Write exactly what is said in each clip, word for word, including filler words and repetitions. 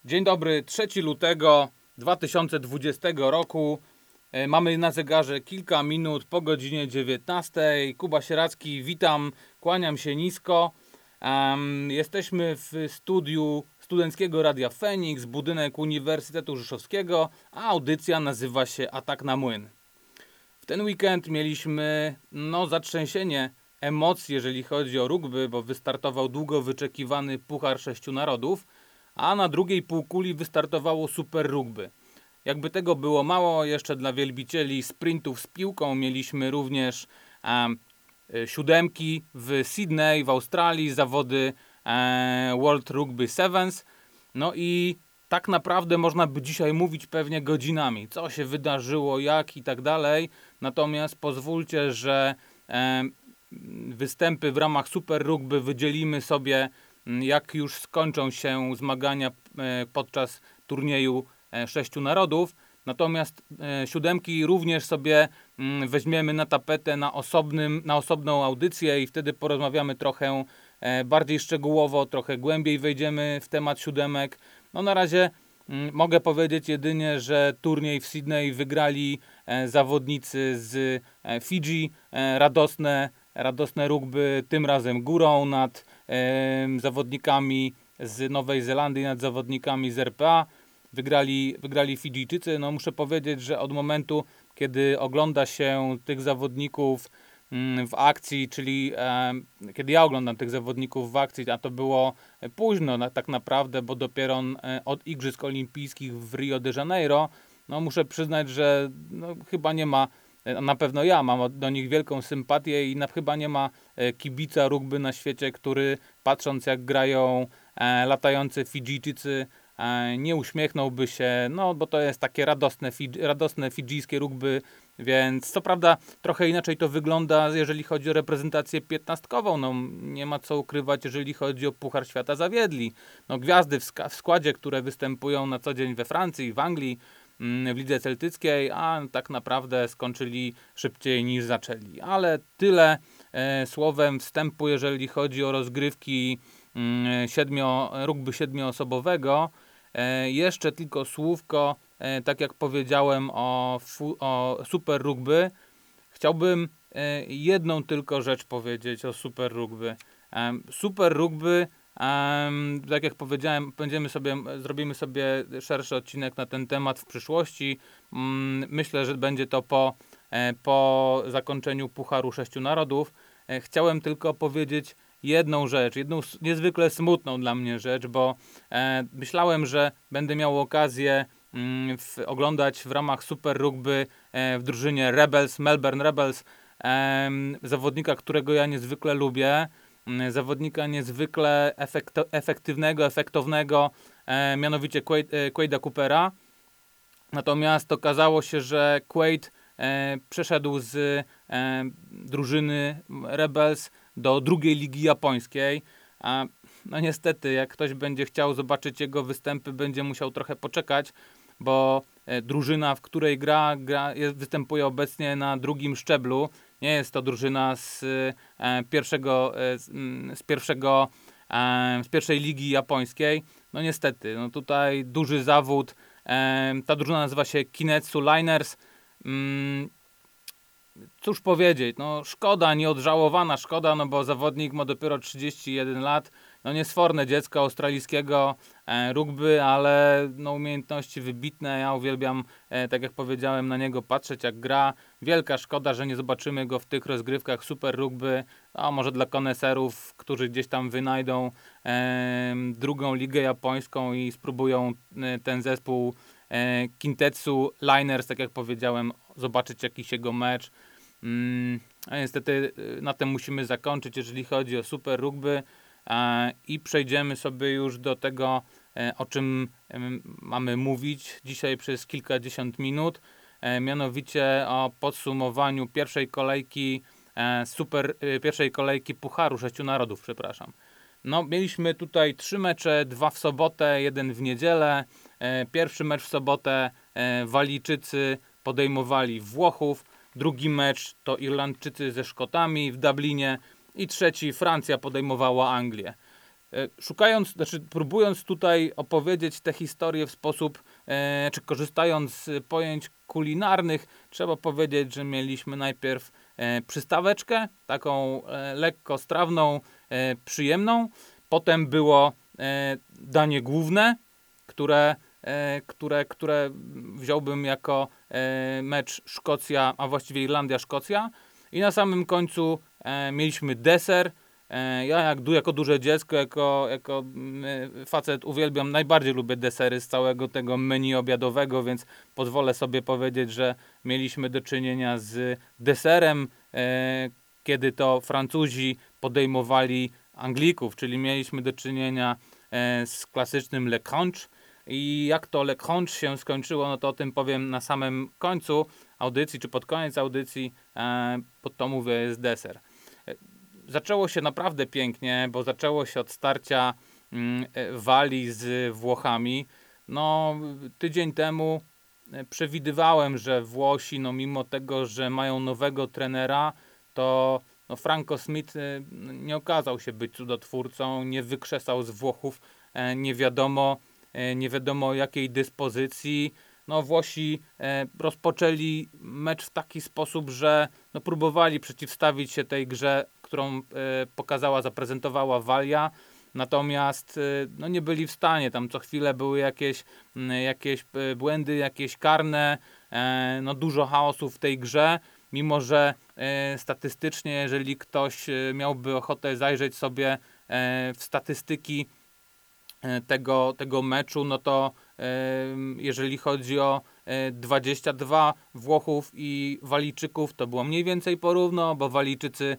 Dzień dobry, trzeciego lutego dwa tysiące dwudziestego roku. Mamy na zegarze kilka minut po godzinie dziewiętnastej. Kuba Sieracki, witam, kłaniam się nisko. Um, jesteśmy w studiu Studenckiego Radia Feniks, budynek Uniwersytetu Rzeszowskiego, a audycja nazywa się Atak na Młyn. W ten weekend mieliśmy no, zatrzęsienie emocji, jeżeli chodzi o rugby, bo wystartował długo wyczekiwany Puchar Sześciu Narodów, a na drugiej półkuli wystartowało Super Rugby. Jakby tego było mało, jeszcze dla wielbicieli sprintów z piłką mieliśmy również um, siódemki w Sydney, w Australii, zawody e, World Rugby Sevens. No i tak naprawdę można by dzisiaj mówić pewnie godzinami, co się wydarzyło, jak i tak dalej. Natomiast pozwólcie, że e, występy w ramach Super Rugby wydzielimy sobie, jak już skończą się zmagania e, podczas turnieju e, Sześciu Narodów. Natomiast e, siódemki również sobie m, weźmiemy na tapetę na, osobnym, na osobną audycję i wtedy porozmawiamy trochę e, bardziej szczegółowo, trochę głębiej wejdziemy w temat siódemek. No na razie m, mogę powiedzieć jedynie, że turniej w Sydney wygrali e, zawodnicy z e, Fidżi. E, radosne, radosne rugby, tym razem górą nad e, zawodnikami z Nowej Zelandii, nad zawodnikami z R P A. Wygrali, wygrali Fidżijczycy. No muszę powiedzieć, że od momentu, kiedy ogląda się tych zawodników w akcji, czyli e, kiedy ja oglądam tych zawodników w akcji, a to było późno na, tak naprawdę, bo dopiero e, od Igrzysk Olimpijskich w Rio de Janeiro, no muszę przyznać, że no, chyba nie ma, na pewno ja mam do nich wielką sympatię i na, chyba nie ma e, kibica rugby na świecie, który patrząc jak grają e, latający Fidżijczycy, nie uśmiechnąłby się, no bo to jest takie radosne, radosne fidżijskie rugby, więc co prawda trochę inaczej to wygląda, jeżeli chodzi o reprezentację piętnastkową, no nie ma co ukrywać, jeżeli chodzi o Puchar Świata zawiedli. No gwiazdy w, sk- w składzie, które występują na co dzień we Francji, w Anglii, w lidze celtyckiej, a tak naprawdę skończyli szybciej niż zaczęli. Ale tyle e, słowem wstępu, jeżeli chodzi o rozgrywki mm, siedmio, rugby siedmioosobowego. E, jeszcze tylko słówko, e, tak jak powiedziałem o, fu, o Super Rugby. Chciałbym e, jedną tylko rzecz powiedzieć o Super Rugby. E, Super Rugby, e, tak jak powiedziałem, będziemy sobie, zrobimy sobie szerszy odcinek na ten temat w przyszłości. Mm, myślę, że będzie to po, e, po zakończeniu Pucharu Sześciu Narodów. E, chciałem tylko powiedzieć jedną rzecz, jedną niezwykle smutną dla mnie rzecz, bo e, myślałem, że będę miał okazję mm, w, oglądać w ramach Super Rugby e, w drużynie Rebels, Melbourne Rebels, e, zawodnika, którego ja niezwykle lubię, m, zawodnika niezwykle efekt, efektywnego, efektownego, e, mianowicie Quaid, e, Quaida Coopera. Natomiast okazało się, że Quaid e, przeszedł z e, drużyny Rebels do drugiej ligi japońskiej. A, no niestety, jak ktoś będzie chciał zobaczyć jego występy, będzie musiał trochę poczekać, bo e, drużyna, w której gra, gra jest, występuje obecnie na drugim szczeblu. Nie jest to drużyna z e, pierwszego, e, z, z pierwszego e, z pierwszej ligi japońskiej. No niestety, no tutaj duży zawód. E, ta drużyna nazywa się Kinetsu Liners. Mm, Cóż powiedzieć, no szkoda, nieodżałowana szkoda, no bo zawodnik ma dopiero trzydzieści jeden lat, no niesforne dziecko australijskiego e, rugby, ale no umiejętności wybitne, ja uwielbiam, e, tak jak powiedziałem, na niego patrzeć jak gra. Wielka szkoda, że nie zobaczymy go w tych rozgrywkach Super Rugby, a może dla koneserów, którzy gdzieś tam wynajdą e, drugą ligę japońską i spróbują e, ten zespół e, Kintetsu Liners, tak jak powiedziałem, zobaczyć jakiś jego mecz. Mm, a niestety na tym musimy zakończyć, jeżeli chodzi o Super Rugby, e, i przejdziemy sobie już do tego, e, o czym e, mamy mówić dzisiaj przez kilkadziesiąt minut, e, mianowicie o podsumowaniu pierwszej kolejki e, super, e, pierwszej kolejki Pucharu Sześciu Narodów, przepraszam. No, mieliśmy tutaj trzy mecze, dwa w sobotę, jeden w niedzielę. E, pierwszy mecz w sobotę e, Walijczycy podejmowali Włochów. Drugi mecz to Irlandczycy ze Szkotami w Dublinie i trzeci Francja podejmowała Anglię. Szukając, znaczy próbując tutaj opowiedzieć tę historię w sposób, e, czy korzystając z pojęć kulinarnych, trzeba powiedzieć, że mieliśmy najpierw e, przystaweczkę, taką e, lekko strawną, e, przyjemną. Potem było e, danie główne, które, e, które, które wziąłbym jako e, mecz Szkocja, a właściwie Irlandia-Szkocja. I na samym końcu e, mieliśmy deser. E, ja jak, jako duże dziecko, jako, jako y, facet uwielbiam, najbardziej lubię desery z całego tego menu obiadowego, więc pozwolę sobie powiedzieć, że mieliśmy do czynienia z deserem, e, kiedy to Francuzi podejmowali Anglików, czyli mieliśmy do czynienia e, z klasycznym Le Crunch. I jak to Le Crunch się skończyło, no to o tym powiem na samym końcu audycji, czy pod koniec audycji, e, pod to mówię jest deser. Zaczęło się naprawdę pięknie, bo zaczęło się od starcia mm, Walii z Włochami. No, tydzień temu przewidywałem, że Włosi, no mimo tego, że mają nowego trenera, to no Franco Smith nie okazał się być cudotwórcą, nie wykrzesał z Włochów nie wiadomo, nie wiadomo jakiej dyspozycji. No Włosi e, rozpoczęli mecz w taki sposób, że no, próbowali przeciwstawić się tej grze, którą e, pokazała, zaprezentowała Walia, natomiast e, no, nie byli w stanie. Tam co chwilę były jakieś, m, jakieś e, błędy, jakieś karne, e, no, dużo chaosu w tej grze, mimo że e, statystycznie, jeżeli ktoś e, miałby ochotę zajrzeć sobie e, w statystyki tego, tego meczu, no to jeżeli chodzi o dwadzieścia dwa Włochów i Walijczyków, to było mniej więcej porówno, bo Walijczycy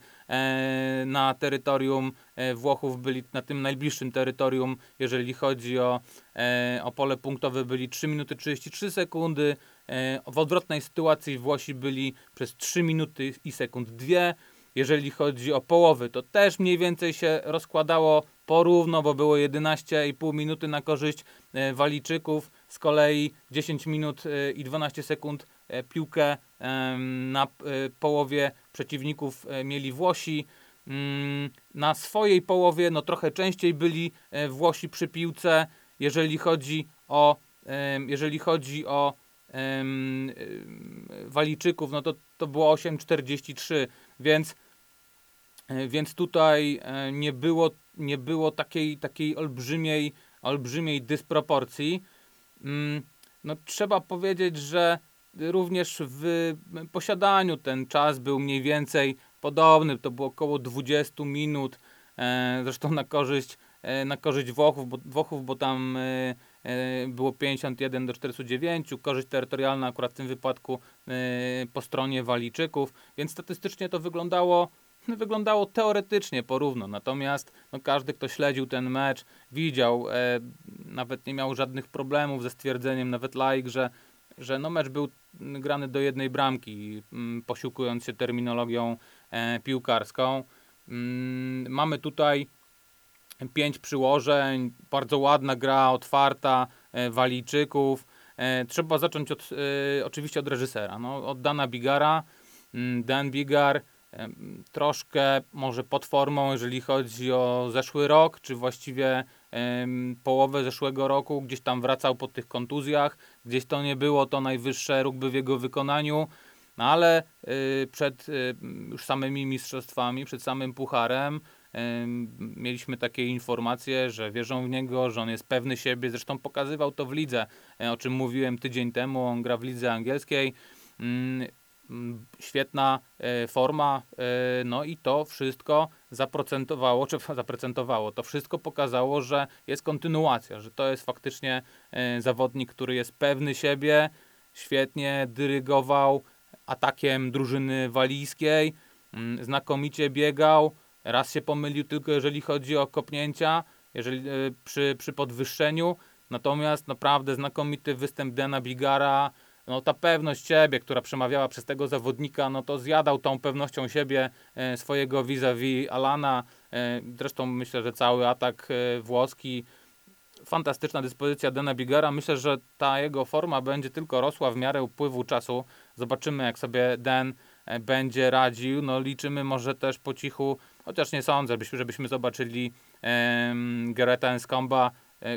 na terytorium Włochów byli na tym najbliższym terytorium, jeżeli chodzi o, o pole punktowe, byli trzy minuty trzydzieści trzy sekundy. W odwrotnej sytuacji Włosi byli przez trzy minuty i sekund dwie. Jeżeli chodzi o połowy, to też mniej więcej się rozkładało porówno, bo było jedenaście i pół minuty na korzyść e, Walijczyków, z kolei dziesięć minut e, i dwanaście sekund e, piłkę e, na e, połowie przeciwników e, mieli Włosi. Mm, na swojej połowie no trochę częściej byli e, Włosi przy piłce, jeżeli chodzi o e, jeżeli chodzi o e, e, Walijczyków, no to, to było osiem czterdzieści trzy, więc Więc tutaj nie było, nie było takiej, takiej olbrzymiej, olbrzymiej dysproporcji. No, trzeba powiedzieć, że również w posiadaniu ten czas był mniej więcej podobny. To było około dwadzieścia minut. Zresztą na korzyść, na korzyść Włochów, bo, Włochów, bo tam było pięćdziesiąt jeden do czterdziestu dziewięciu. Korzyść terytorialna akurat w tym wypadku po stronie Walijczyków. Więc statystycznie to wyglądało Wyglądało teoretycznie porówno, natomiast no, każdy, kto śledził ten mecz, widział, e, nawet nie miał żadnych problemów ze stwierdzeniem, nawet laik, że, że no, mecz był grany do jednej bramki, m, posiłkując się terminologią e, piłkarską. Mm, mamy tutaj pięć przyłożeń, bardzo ładna gra, otwarta, e, Walijczyków. E, trzeba zacząć od, e, oczywiście od reżysera, no, od Dana Bigara. Dan Bigar troszkę może pod formą, jeżeli chodzi o zeszły rok, czy właściwie em, połowę zeszłego roku, gdzieś tam wracał po tych kontuzjach, gdzieś to nie było to najwyższe rugby w jego wykonaniu, no ale y, przed y, już samymi mistrzostwami, przed samym pucharem y, mieliśmy takie informacje, że wierzą w niego, że on jest pewny siebie, zresztą pokazywał to w lidze, y, o czym mówiłem tydzień temu, on gra w lidze angielskiej. Y, Świetna e, forma, e, no i to wszystko zaprocentowało, czy zaprocentowało, to wszystko pokazało, że jest kontynuacja, że to jest faktycznie e, zawodnik, który jest pewny siebie, świetnie dyrygował atakiem drużyny walijskiej, m, znakomicie biegał, raz się pomylił tylko jeżeli chodzi o kopnięcia, jeżeli, e, przy, przy podwyższeniu, natomiast naprawdę znakomity występ Dana Bigara. No ta pewność siebie, która przemawiała przez tego zawodnika, no to zjadał tą pewnością siebie e, swojego vis-a-vis Alana. E, zresztą myślę, że cały atak e, włoski, fantastyczna dyspozycja Dana Bigara. Myślę, że ta jego forma będzie tylko rosła w miarę upływu czasu. Zobaczymy, jak sobie Dan e, będzie radził. No liczymy może też po cichu chociaż nie sądzę, żebyśmy, żebyśmy zobaczyli e, Garretta Enscomba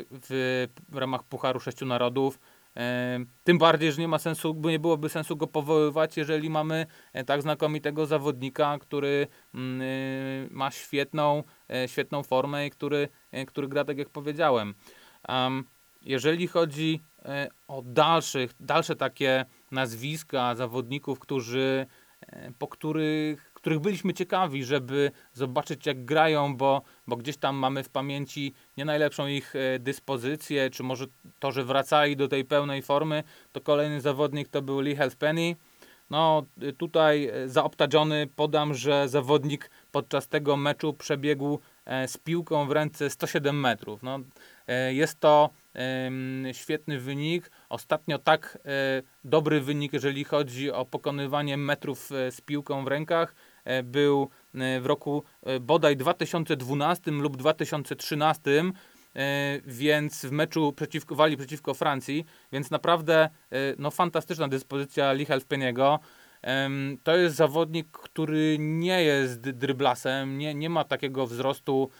w, w ramach Pucharu Sześciu Narodów. E, tym bardziej, że nie ma sensu, bo nie byłoby sensu go powoływać, jeżeli mamy e, tak znakomitego zawodnika, który mm, e, ma świetną, e, świetną formę i który, e, który gra tak jak powiedziałem. Um, jeżeli chodzi e, o dalszych, dalsze takie nazwiska zawodników, którzy, e, po których, których byliśmy ciekawi, żeby zobaczyć jak grają, bo, bo gdzieś tam mamy w pamięci nie najlepszą ich e, dyspozycję, czy może to, że wracali do tej pełnej formy, to kolejny zawodnik to był Lee Halfpenny. No y, tutaj e, za obtadziony podam, że zawodnik podczas tego meczu przebiegł e, z piłką w ręce sto siedem metrów. No, e, jest to e, świetny wynik. Ostatnio tak e, dobry wynik, jeżeli chodzi o pokonywanie metrów e, z piłką w rękach, e, był e, w roku e, bodaj dwa tysiące dwunastym lub dwa tysiące trzynastym. E, więc w meczu przeciwko Walii przeciwko Francji, więc naprawdę e, no, fantastyczna dyspozycja Lee Halfpenny'ego. Em, To jest zawodnik, który nie jest dryblasem, nie, nie ma takiego wzrostu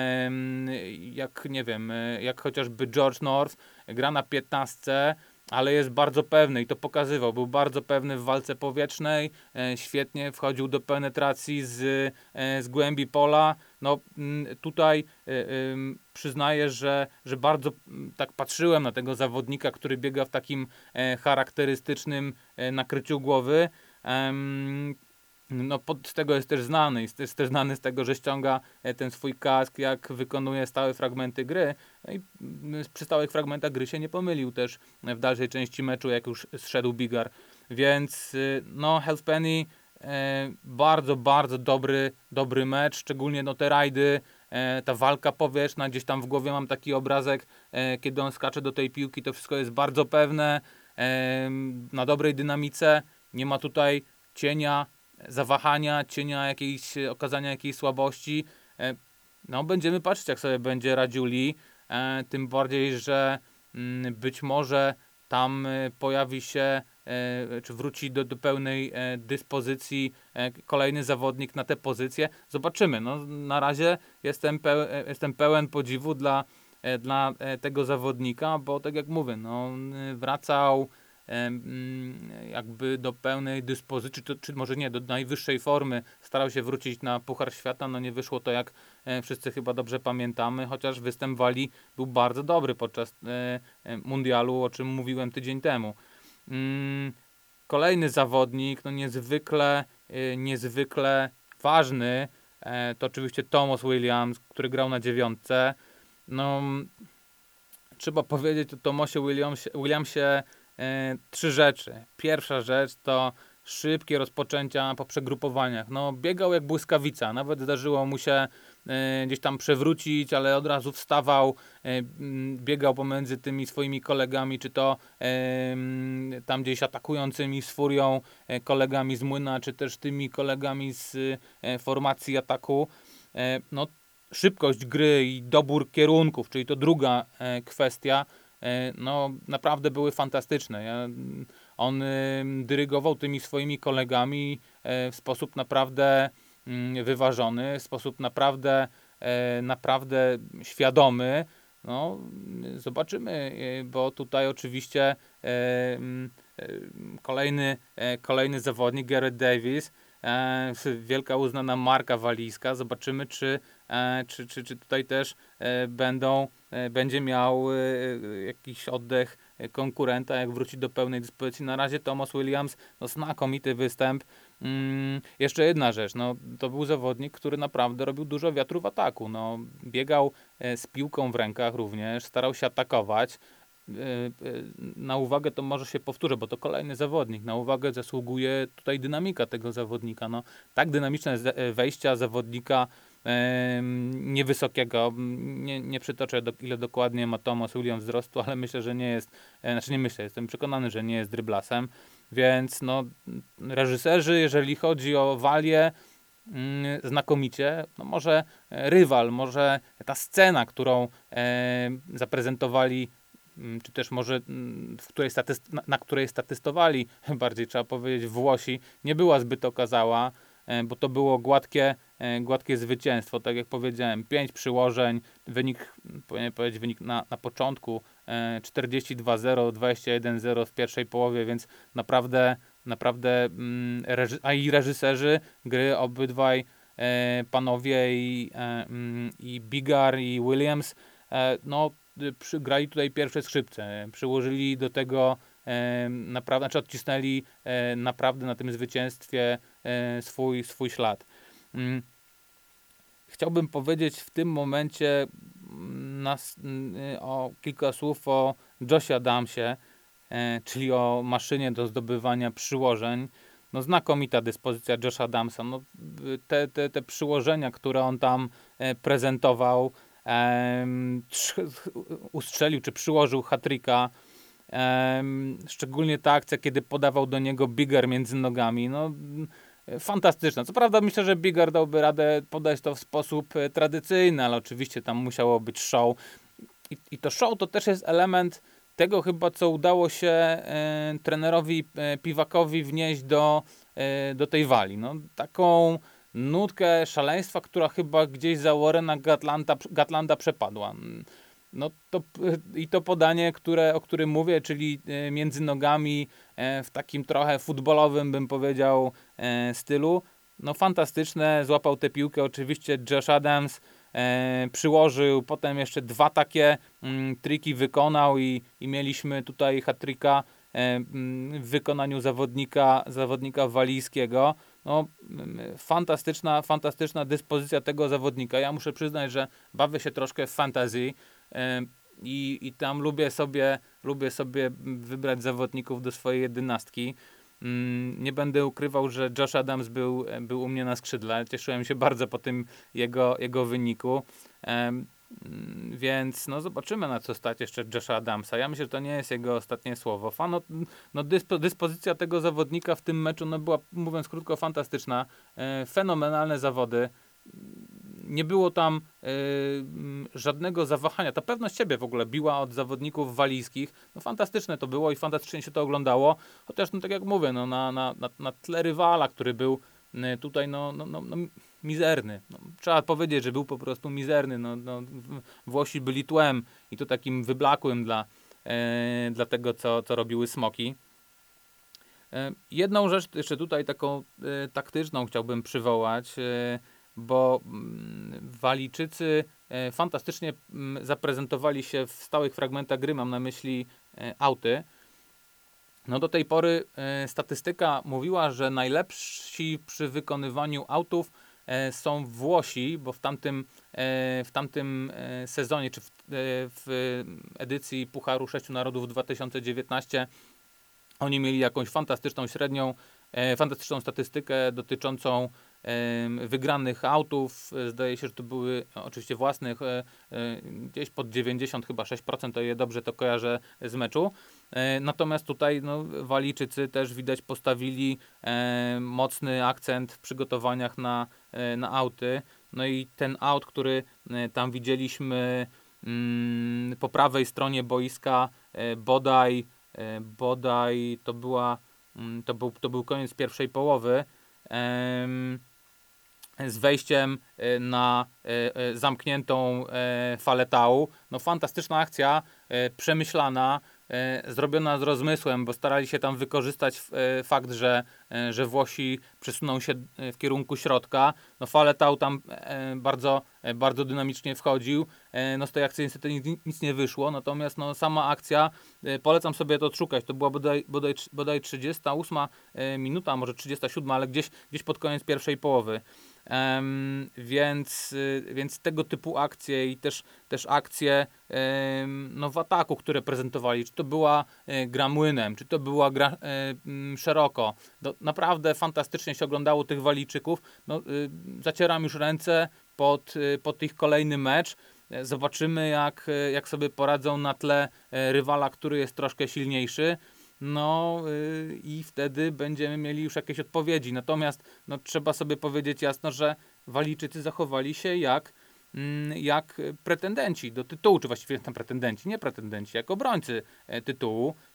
em, jak nie wiem, e, jak chociażby George North, gra na piętnastce, ale jest bardzo pewny i to pokazywał. Był bardzo pewny w walce powietrznej, e, świetnie wchodził do penetracji z, e, z głębi pola. No mm, tutaj e, em, przyznaję, że, że bardzo mm, tak patrzyłem na tego zawodnika, który biega w takim e, charakterystycznym e, nakryciu głowy. Em, no pod, z tego jest też znany. Jest, jest też znany z tego, że ściąga e, ten swój kask, jak wykonuje stałe fragmenty gry. No i mm, przy stałych fragmentach gry się nie pomylił też w dalszej części meczu, jak już zszedł Bigar. Więc y, no Halfpenny e, bardzo, bardzo dobry, dobry mecz, szczególnie no te rajdy, e, ta walka powietrzna, gdzieś tam w głowie mam taki obrazek, e, kiedy on skacze do tej piłki, to wszystko jest bardzo pewne, e, na dobrej dynamice, nie ma tutaj cienia zawahania, cienia jakiejś, okazania jakiejś słabości. E, No, będziemy patrzeć, jak sobie będzie radził Lee. E, tym bardziej, że mm, być może tam e, pojawi się, e, czy wróci do, do pełnej e, dyspozycji e, kolejny zawodnik na tę pozycję. Zobaczymy. No, na razie jestem, peł, e, jestem pełen podziwu dla, e, dla e, tego zawodnika, bo tak jak mówię, no, on e, wracał jakby do pełnej dyspozycji, czy, czy może nie, do najwyższej formy, starał się wrócić na Puchar Świata, no nie wyszło to jak e, wszyscy chyba dobrze pamiętamy, chociaż występ Walii był bardzo dobry podczas e, e, mundialu, o czym mówiłem tydzień temu. Mm, Kolejny zawodnik, no niezwykle, e, niezwykle ważny, e, to oczywiście Thomas Williams, który grał na dziewiątce. No, trzeba powiedzieć o Thomasie Williamsie, Williamsie e, trzy rzeczy. Pierwsza rzecz to szybkie rozpoczęcia po przegrupowaniach. No, biegał jak błyskawica, nawet zdarzyło mu się e, gdzieś tam przewrócić, ale od razu wstawał, e, m, biegał pomiędzy tymi swoimi kolegami, czy to e, m, tam gdzieś atakującymi z furią e, kolegami z młyna, czy też tymi kolegami z e, formacji ataku. E, no, szybkość gry i dobór kierunków, czyli to druga e, kwestia, e, no naprawdę były fantastyczne. Ja, on e, dyrygował tymi swoimi kolegami e, w sposób naprawdę mm, wyważony, w sposób naprawdę, e, naprawdę świadomy. No, zobaczymy, e, bo tutaj oczywiście e, mm, e, kolejny, e, kolejny zawodnik, Gareth Davis, e, wielka uznana marka walijska. Zobaczymy, czy E, czy, czy, czy tutaj też e, będą, e, będzie miał e, jakiś oddech e, konkurenta, jak wróci do pełnej dyspozycji. Na razie Thomas Williams, no znakomity występ. Mm, jeszcze jedna rzecz, no, to był zawodnik, który naprawdę robił dużo wiatru w ataku. No, biegał e, z piłką w rękach również, starał się atakować. Na uwagę to może się powtórzę, bo to kolejny zawodnik. Na uwagę zasługuje tutaj dynamika tego zawodnika. No, tak dynamiczne wejścia zawodnika niewysokiego. Nie, nie przytoczę, do, ile dokładnie ma Thomas Williams wzrostu, ale myślę, że nie jest, znaczy nie myślę, jestem przekonany, że nie jest dryblasem. Więc no, reżyserzy, jeżeli chodzi o Walię, znakomicie. No może rywal, może ta scena, którą e, zaprezentowali, czy też może w której statyst- na, na której statystowali, bardziej trzeba powiedzieć, Włosi, nie była zbyt okazała. e, bo to było gładkie, e, gładkie zwycięstwo. Tak jak powiedziałem, pięć przyłożeń, wynik, powinien powiedzieć wynik na, na początku, e, czterdzieści dwa zero, dwadzieścia jeden zero w pierwszej połowie, więc naprawdę, naprawdę, mm, reży- a i reżyserzy gry obydwaj e, panowie i, e, mm, i Bigar i Williams, e, no y, przy, grali tutaj pierwsze skrzypce, przyłożyli do tego e, naprawdę, znaczy odcisnęli e, naprawdę na tym zwycięstwie e, swój, swój ślad. Mm. Chciałbym powiedzieć w tym momencie mm, nas, y, o kilka słów o Joshie Adamsie, e, czyli o maszynie do zdobywania przyłożeń. No znakomita dyspozycja Josha Adamsa. No, y, te, te, te przyłożenia, które on tam e, prezentował, em, trz- ustrzelił czy przyłożył hat-tricka. Em, szczególnie ta akcja, kiedy podawał do niego Bigger między nogami. No, mm, fantastyczna. Co prawda myślę, że Bigger dałby radę podać to w sposób e, tradycyjny, ale oczywiście tam musiało być show. I, i to show to też jest element tego chyba, co udało się e, trenerowi e, Piwakowi wnieść do, e, do tej wali. No, taką nutkę szaleństwa, która chyba gdzieś za Warrena Gatlanda, Gatlanda przepadła. No to, i to podanie, które, o którym mówię, czyli e, między nogami e, w takim trochę futbolowym, bym powiedział, e, stylu. No fantastyczne, złapał tę piłkę oczywiście Josh Adams, e, przyłożył, potem jeszcze dwa takie mm, triki wykonał i, i mieliśmy tutaj hat-tricka e, mm, w wykonaniu zawodnika, zawodnika walijskiego. No, mm, fantastyczna, fantastyczna dyspozycja tego zawodnika. Ja muszę przyznać, że bawię się troszkę w fantasy e, i, i tam lubię sobie, lubię sobie wybrać zawodników do swojej jedenastki. Mm, Nie będę ukrywał, że Josh Adams był, był u mnie na skrzydle. Cieszyłem się bardzo po tym jego, jego wyniku. Em, mm, Więc no zobaczymy, na co stać jeszcze Josha Adamsa. Ja myślę, że to nie jest jego ostatnie słowo. Fan, no, no dyspo, dyspozycja tego zawodnika w tym meczu no była, mówiąc krótko, fantastyczna. E, fenomenalne zawody. Nie było tam y, mm, żadnego zawahania. Ta pewność siebie w ogóle biła od zawodników walijskich. No fantastyczne to było i fantastycznie się to oglądało. Chociaż, no tak jak mówię, no, na, na, na, na tle rywala, który był y, tutaj no, no, no, no, mizerny. No, trzeba powiedzieć, że był po prostu mizerny. No, no, Włosi byli tłem i to takim wyblakłym dla, y, dla tego, co, co robiły Smoki. Y, jedną rzecz jeszcze tutaj taką y, taktyczną chciałbym przywołać, y, bo mm, Walijczycy e, fantastycznie mm, zaprezentowali się w stałych fragmentach gry, mam na myśli e, auty. No do tej pory e, statystyka mówiła, że najlepsi przy wykonywaniu autów e, są Włosi, bo w tamtym, e, w tamtym e, sezonie, czy w, e, w edycji Pucharu Sześciu Narodów dwa tysiące dziewiętnastym oni mieli jakąś fantastyczną średnią, e, fantastyczną statystykę dotyczącą e, wygranych autów. E, Zdaje się, że to były no, oczywiście własnych, e, e, gdzieś pod dziewięćdziesiąt, chyba sześć procent, to je dobrze to kojarzę z meczu. E, natomiast tutaj no, Walijczycy też widać postawili e, mocny akcent w przygotowaniach na, e, na auty. No i ten aut, który e, tam widzieliśmy mm, po prawej stronie boiska, e, bodaj E, bodaj to była mm, to był, to był koniec pierwszej połowy em, z wejściem e, na e, e, zamkniętą e, falę tału. No fantastyczna akcja, e, przemyślana, e, zrobiona z rozmysłem, bo starali się tam wykorzystać e, fakt, że, e, że Włosi przesuną się e, w kierunku środka. No Faletau tam e, bardzo, e, bardzo dynamicznie wchodził. E, no z tej akcji niestety nic, nic nie wyszło, natomiast no sama akcja, e, polecam sobie to odszukać. To była bodaj, bodaj, bodaj trzydziesta ósma e, minuta, może trzydziesta siódma, ale gdzieś, gdzieś pod koniec pierwszej połowy. Um, więc, y, więc tego typu akcje i też, też akcje um, no w ataku, które prezentowali, czy to była y, gra młynem, czy to była gra y, szeroko, no, naprawdę fantastycznie się oglądało tych Walijczyków. No, y, zacieram już ręce pod, y, pod ich kolejny mecz. Zobaczymy, jak, jak sobie poradzą na tle rywala, który jest troszkę silniejszy. No yy, i wtedy będziemy mieli już jakieś odpowiedzi. Natomiast no, trzeba sobie powiedzieć jasno, że Walijczycy zachowali się jak, mm, jak pretendenci do tytułu, czy właściwie tam pretendenci, nie pretendenci, jak obrońcy e, tytułu.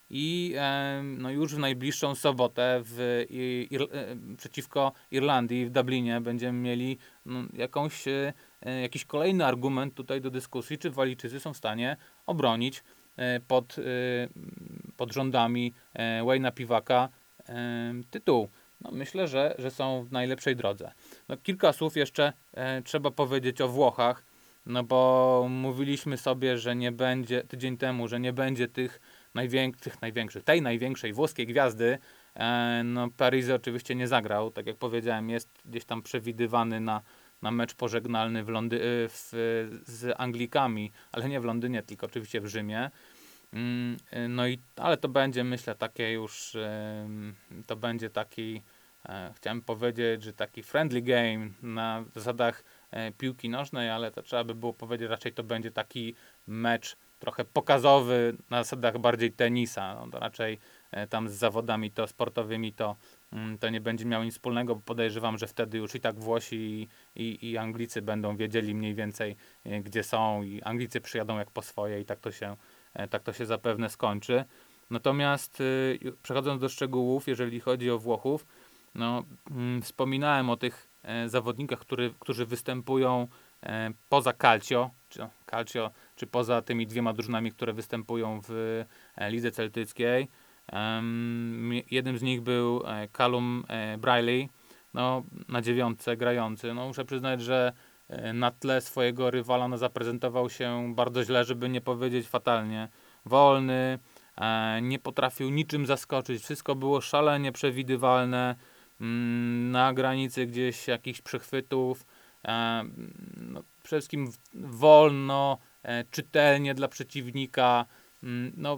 i e, no już w najbliższą sobotę w, ir, e, przeciwko Irlandii w Dublinie będziemy mieli no, jakąś, e, jakiś kolejny argument tutaj do dyskusji, czy Walijczycy są w stanie obronić e, pod, e, pod rządami e, Wayne'a Piwaka e, tytuł. No, myślę, że, że są w najlepszej drodze. No, kilka słów jeszcze e, trzeba powiedzieć o Włochach, no bo mówiliśmy sobie, że nie będzie, tydzień temu, że nie będzie tych największych, największych, tej największej włoskiej gwiazdy. E, no Parise oczywiście nie zagrał, tak jak powiedziałem, jest gdzieś tam przewidywany na, na mecz pożegnalny w Londy- w, z Anglikami, ale nie w Londynie, tylko oczywiście w Rzymie. Mm, No i, ale to będzie, myślę, takie już, to będzie taki, e, chciałem powiedzieć, że taki friendly game na zasadach e, piłki nożnej, ale to trzeba by było powiedzieć, raczej to będzie taki mecz trochę pokazowy na zasadach bardziej tenisa. No to raczej e, tam z zawodami to sportowymi to, mm, to nie będzie miało nic wspólnego, bo podejrzewam, że wtedy już i tak Włosi i, i, i Anglicy będą wiedzieli mniej więcej, e, gdzie są, i Anglicy przyjadą jak po swoje i tak to się tak to się zapewne skończy. Natomiast y, przechodząc do szczegółów, jeżeli chodzi o Włochów, no, mm, wspominałem o tych e, zawodnikach, który, którzy występują e, poza Calcio, czy, no, Calcio, czy poza tymi dwiema drużynami, które występują w e, lidze celtyckiej. Um, jednym z nich był e, Callum e, Bryley, no, na dziewiątce grający. No, muszę przyznać, że na tle swojego rywala no, zaprezentował się bardzo źle, żeby nie powiedzieć fatalnie. Wolny, e, nie potrafił niczym zaskoczyć, wszystko było szalenie przewidywalne, mm, na granicy gdzieś jakichś przechwytów, e, no, przede wszystkim wolno, e, czytelnie dla przeciwnika, mm, no,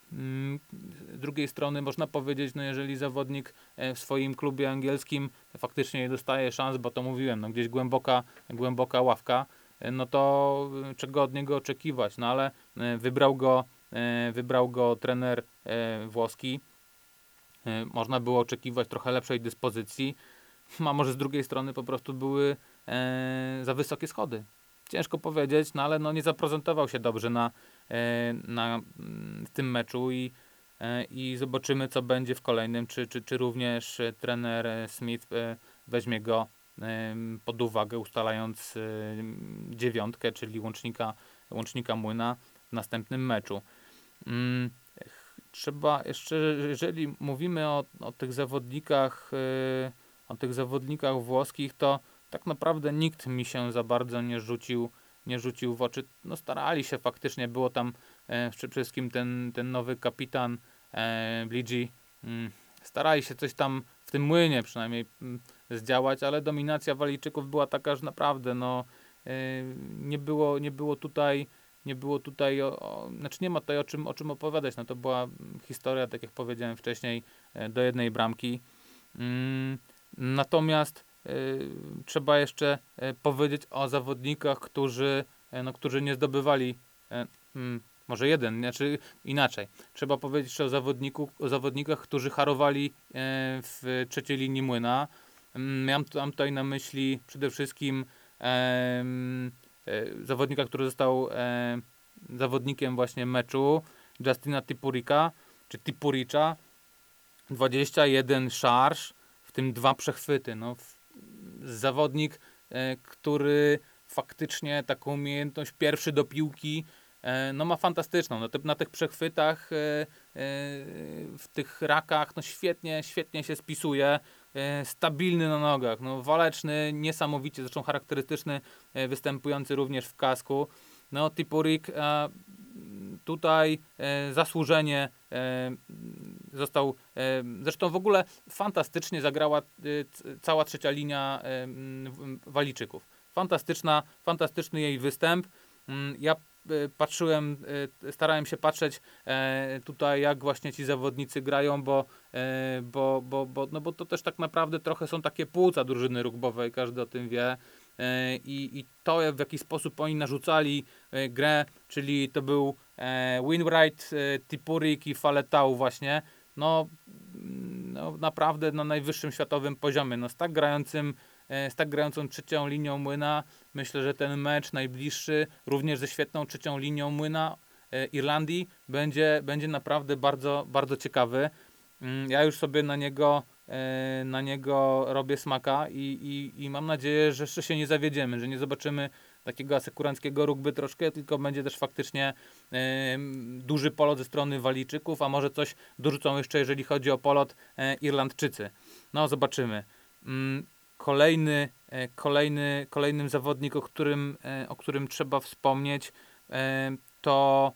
z drugiej strony można powiedzieć, no jeżeli zawodnik w swoim klubie angielskim faktycznie nie dostaje szans, bo to mówiłem, no gdzieś głęboka, głęboka ławka, no to czego od niego oczekiwać, no ale wybrał go, wybrał go trener włoski, można było oczekiwać trochę lepszej dyspozycji, a może z drugiej strony po prostu były za wysokie schody. Ciężko powiedzieć, no ale no nie zaprezentował się dobrze na, na w tym meczu i, i zobaczymy, co będzie w kolejnym, czy, czy, czy również trener Smith weźmie go pod uwagę, ustalając dziewiątkę, czyli łącznika, łącznika młyna w następnym meczu. Trzeba jeszcze, jeżeli mówimy o, o tych zawodnikach, o tych zawodnikach włoskich, to tak naprawdę nikt mi się za bardzo nie rzucił, nie rzucił w oczy. No starali się faktycznie, było tam e, przede wszystkim ten, ten nowy kapitan e, Bligi, mm, starali się coś tam w tym młynie przynajmniej mm, zdziałać, ale dominacja Walijczyków była taka, że naprawdę no, e, nie, było, nie było tutaj nie było tutaj, o, o, znaczy nie ma tutaj o czym, o czym opowiadać, no to była historia, tak jak powiedziałem wcześniej, e, do jednej bramki. Mm, natomiast y, trzeba jeszcze y, powiedzieć o zawodnikach, którzy, y, no, którzy nie zdobywali, y, y, może jeden, znaczy inaczej. Trzeba powiedzieć jeszcze o, zawodniku, o zawodnikach, którzy harowali y, w trzeciej linii młyna. Y, mam, mam tutaj na myśli przede wszystkim y, y, zawodnika, który został y, zawodnikiem właśnie meczu, Justina Tipurika, czy Tipuricza, dwadzieścia jeden szarż, w tym dwa przechwyty. No, zawodnik, e, który faktycznie taką umiejętność pierwszy do piłki e, no ma fantastyczną. No, te, na tych przechwytach, e, e, w tych rakach no świetnie, świetnie się spisuje. E, stabilny na nogach, no, waleczny, niesamowicie, zresztą charakterystyczny, e, występujący również w kasku. No, Tipurik e, tutaj e, zasłużenie e, został, e, zresztą w ogóle fantastycznie zagrała e, cała trzecia linia e, Walijczyków. Fantastyczna, fantastyczny jej występ. Ja e, patrzyłem, e, starałem się patrzeć e, tutaj, jak właśnie ci zawodnicy grają, bo, e, bo, bo, bo, no bo to też tak naprawdę trochę są takie płuca drużyny rugbowej, każdy o tym wie. I, i to, w jaki sposób oni narzucali e, grę, czyli to był e, Wainwright, e, Tipurik i Faletau właśnie, no, no naprawdę na najwyższym światowym poziomie. No, z tak grającym, e, z tak grającą trzecią linią młyna, myślę, że ten mecz najbliższy, również ze świetną trzecią linią młyna, Irlandii będzie, będzie naprawdę bardzo, bardzo ciekawy. Ja już sobie na niego, na niego robię smaka i, i, i mam nadzieję, że jeszcze się nie zawiedziemy, że nie zobaczymy takiego asekuranckiego rugby troszkę, tylko będzie też faktycznie duży polot ze strony Walijczyków, a może coś dorzucą jeszcze, jeżeli chodzi o polot, Irlandczycy. No, zobaczymy. Kolejny, kolejny, kolejnym zawodnik, o którym, o którym trzeba wspomnieć, to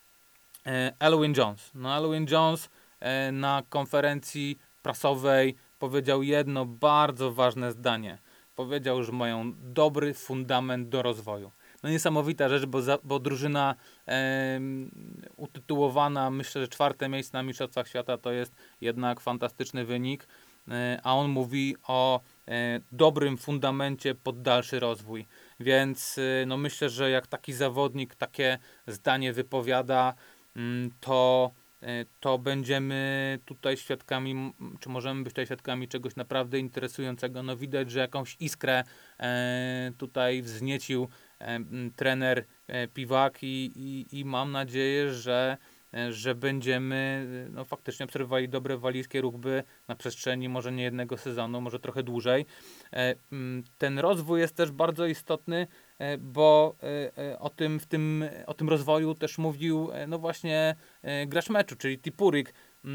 Elwyn Jones. No, Elwyn Jones na konferencji prasowej powiedział jedno bardzo ważne zdanie. Powiedział, że mają dobry fundament do rozwoju. No niesamowita rzecz, bo, za, bo drużyna e, utytułowana, myślę, że czwarte miejsce na Mistrzostwach Świata to jest jednak fantastyczny wynik, e, a on mówi o e, dobrym fundamencie pod dalszy rozwój. Więc e, no myślę, że jak taki zawodnik takie zdanie wypowiada, m, to to będziemy tutaj świadkami, czy możemy być tutaj świadkami czegoś naprawdę interesującego. No widać, że jakąś iskrę e, tutaj wzniecił e, trener e, Piwak i, i, i mam nadzieję, że, e, że będziemy no, faktycznie obserwowali dobre walijskie rugby na przestrzeni może nie jednego sezonu, może trochę dłużej. E, ten rozwój jest też bardzo istotny, bo o tym, w tym, o tym rozwoju też mówił no właśnie gracz meczu, czyli Tipurik,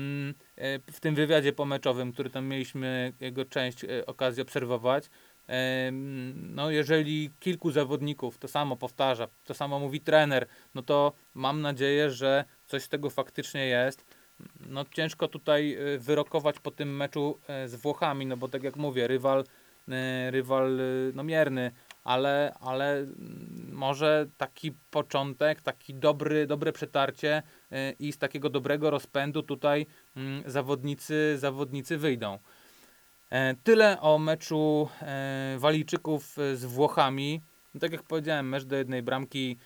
w tym wywiadzie pomeczowym, który tam mieliśmy jego część okazji obserwować. No jeżeli kilku zawodników to samo powtarza, to samo mówi trener, no to mam nadzieję, że coś z tego faktycznie jest. No ciężko tutaj wyrokować po tym meczu z Włochami, no bo tak jak mówię, rywal, rywal no mierny, ale, ale może taki początek, taki dobry, dobre przetarcie i z takiego dobrego rozpędu tutaj zawodnicy, zawodnicy wyjdą. Tyle o meczu Walijczyków z Włochami. Tak jak powiedziałem, mecz do jednej bramki.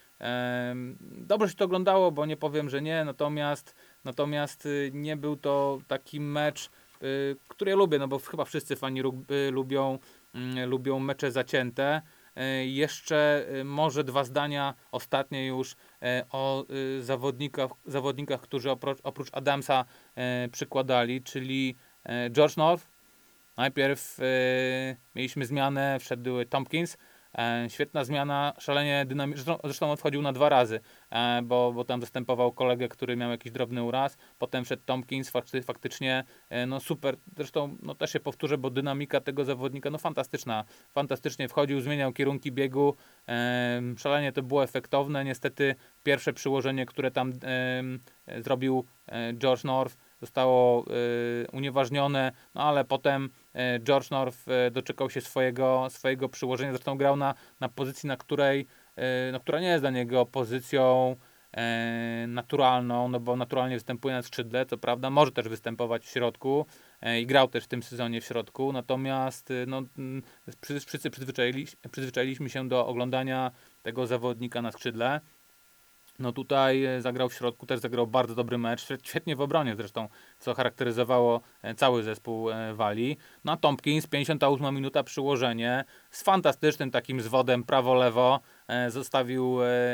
Dobrze się to oglądało, bo nie powiem, że nie, natomiast, natomiast nie był to taki mecz, który ja lubię, no bo chyba wszyscy fani rugby lubią, lubią mecze zacięte. Jeszcze może dwa zdania ostatnie już o zawodnikach, zawodnikach którzy oprócz, oprócz Adamsa przykładali, czyli George North. Najpierw mieliśmy zmianę, wszedł Tompkins. Świetna zmiana, szalenie dynamiczna. Zresztą on wchodził na dwa razy, bo, bo tam zastępował kolegę, który miał jakiś drobny uraz. Potem wszedł Tompkins, fakty, faktycznie no super. Zresztą no też się powtórzę, bo dynamika tego zawodnika no fantastyczna. Fantastycznie wchodził, zmieniał kierunki biegu. Szalenie to było efektowne. Niestety pierwsze przyłożenie, które tam zrobił George North, zostało y, unieważnione, no ale potem y, George North y, doczekał się swojego, swojego przyłożenia, zresztą grał na, na pozycji, na której, y, no, która nie jest dla niego pozycją y, naturalną, no bo naturalnie występuje na skrzydle, co prawda, może też występować w środku y, i grał też w tym sezonie w środku, natomiast y, no, y, wszyscy przyzwyczaili, przyzwyczailiśmy się do oglądania tego zawodnika na skrzydle. No tutaj zagrał w środku, też zagrał bardzo dobry mecz, świetnie w obronie zresztą, co charakteryzowało cały zespół Walii. No a Tompkins, pięćdziesiąta ósma minuta przyłożenie, z fantastycznym takim zwodem prawo-lewo, zostawił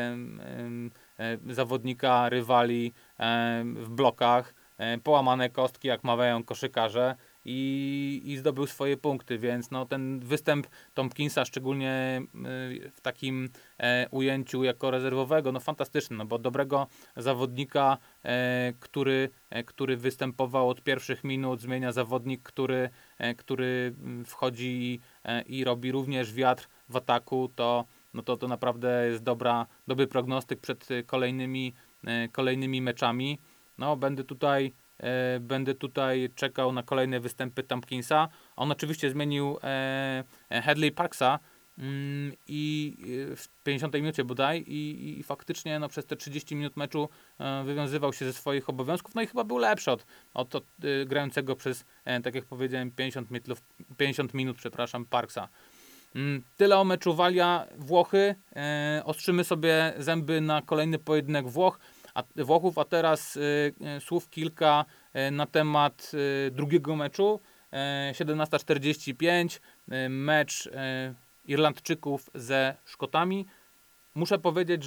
zawodnika rywali w blokach, połamane kostki, jak mawiają koszykarze, i, i zdobył swoje punkty, więc no, ten występ Tompkinsa, szczególnie w takim e, ujęciu jako rezerwowego, no fantastyczny, no bo dobrego zawodnika, e, który, e, który występował od pierwszych minut, zmienia zawodnik, który, e, który wchodzi e, i robi również wiatr w ataku, to, no to, to naprawdę jest dobra, dobry prognostyk przed kolejnymi, e, kolejnymi meczami. No, będę tutaj Będę tutaj czekał na kolejne występy Tompkinsa. On oczywiście zmienił e, Hadley Parksa mm, i w pięćdziesiątej minucie bodaj i, i faktycznie no, przez te trzydzieści minut meczu e, wywiązywał się ze swoich obowiązków. No i chyba był lepszy od, od, od e, grającego przez, e, tak jak powiedziałem, pięćdziesiąt, metlów, pięćdziesiąt minut, przepraszam, Parksa. Mm, tyle o meczu Walia-Włochy. E, ostrzymy sobie zęby na kolejny pojedynek Włoch. A, Włochów, a teraz y, y, słów kilka y, na temat y, drugiego meczu. Y, siedemnasta czterdzieści pięć, y, mecz y, Irlandczyków ze Szkotami. Muszę powiedzieć, że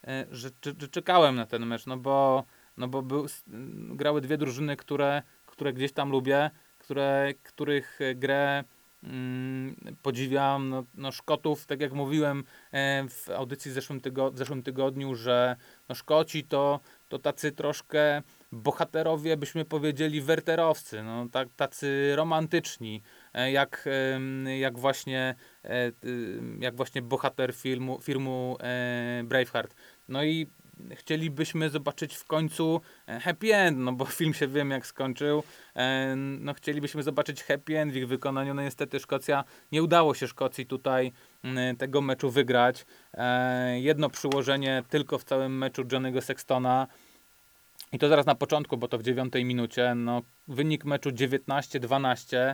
e, że, że, że czekałem na ten mecz, no bo, no bo był, s- grały dwie drużyny, które, które gdzieś tam lubię, które, których grę mm, podziwiam. No, no Szkotów, tak jak mówiłem e, w audycji w zeszłym, tygo, w zeszłym tygodniu, że no Szkoci to, to tacy troszkę bohaterowie, byśmy powiedzieli, werterowcy, no, tak, tacy romantyczni, e, jak, em, jak, właśnie, e, y, jak właśnie bohater filmu, filmu e, Braveheart. No i chcielibyśmy zobaczyć w końcu e, happy end, no bo film się wiem jak skończył. E, No chcielibyśmy zobaczyć happy end w ich wykonaniu. No niestety Szkocja, nie udało się Szkocji tutaj m, tego meczu wygrać. E, Jedno przyłożenie tylko w całym meczu Johnny'ego Sextona. I to zaraz na początku, bo to w dziewiątej minucie. No, wynik meczu dziewiętnaście dwanaście.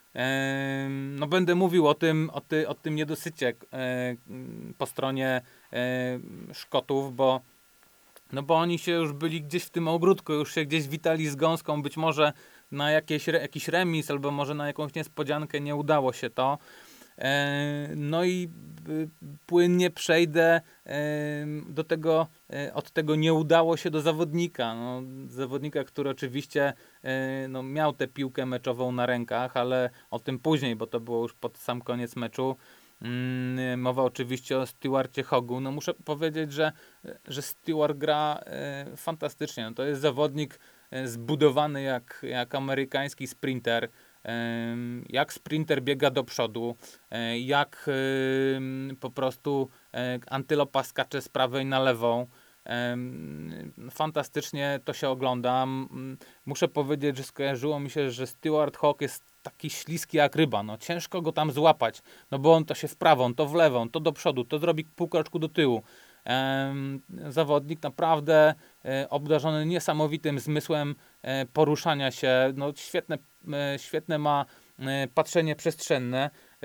Em, No będę mówił o tym, o, ty, o tym niedosycie e, po stronie e, Szkotów, bo no bo oni się już byli gdzieś w tym ogródku, już się gdzieś witali z gąską, być może na jakieś, re- jakiś remis, albo może na jakąś niespodziankę nie udało się to. E, No i y, płynnie przejdę e, do tego, e, od tego nie udało się do zawodnika. No, zawodnika, który oczywiście e, no, miał tę piłkę meczową na rękach, ale o tym później, bo to było już pod sam koniec meczu. Mm, Mowa oczywiście o Stewarcie Hoggu. No muszę powiedzieć, że, że Stewart gra e, fantastycznie. No, to jest zawodnik e, zbudowany jak, jak amerykański sprinter. Em, Jak sprinter biega do przodu, e, jak em, po prostu e, antylopa skacze z prawej na lewą. Em, Fantastycznie to się ogląda. M, Muszę powiedzieć, że skojarzyło mi się, że Stewart Hogg jest taki śliski jak ryba. No, ciężko go tam złapać, no bo on to się w prawą, to w lewą, to do przodu, to zrobi pół kroczku do tyłu. Em, Zawodnik naprawdę e, obdarzony niesamowitym zmysłem e, poruszania się. No, świetne, e, świetne ma e, patrzenie przestrzenne. E,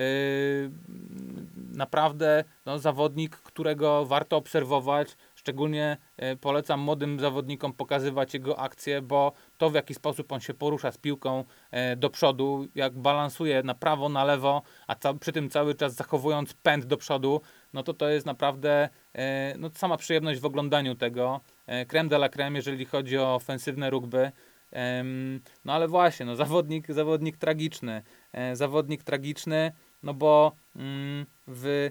Naprawdę no, zawodnik, którego warto obserwować. Szczególnie e, polecam młodym zawodnikom pokazywać jego akcje, bo to w jaki sposób on się porusza z piłką e, do przodu, jak balansuje na prawo, na lewo, a ca- przy tym cały czas zachowując pęd do przodu, no to to jest naprawdę e, no, sama przyjemność w oglądaniu tego. E, creme de la creme, jeżeli chodzi o ofensywne rugby. Em, No ale właśnie, no, zawodnik, zawodnik tragiczny. E, zawodnik tragiczny, no bo mm, w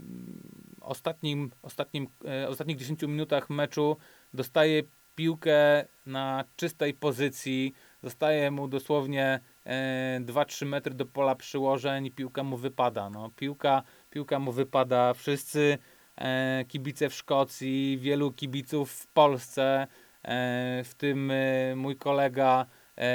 ostatnim, ostatnim, e, ostatnich dziesięciu minutach meczu dostaje piłkę na czystej pozycji, zostaje mu dosłownie e, dwa trzy metry do pola przyłożeń i piłka mu wypada. No, piłka, piłka mu wypada. Wszyscy e, kibice w Szkocji, wielu kibiców w Polsce, e, w tym e, mój kolega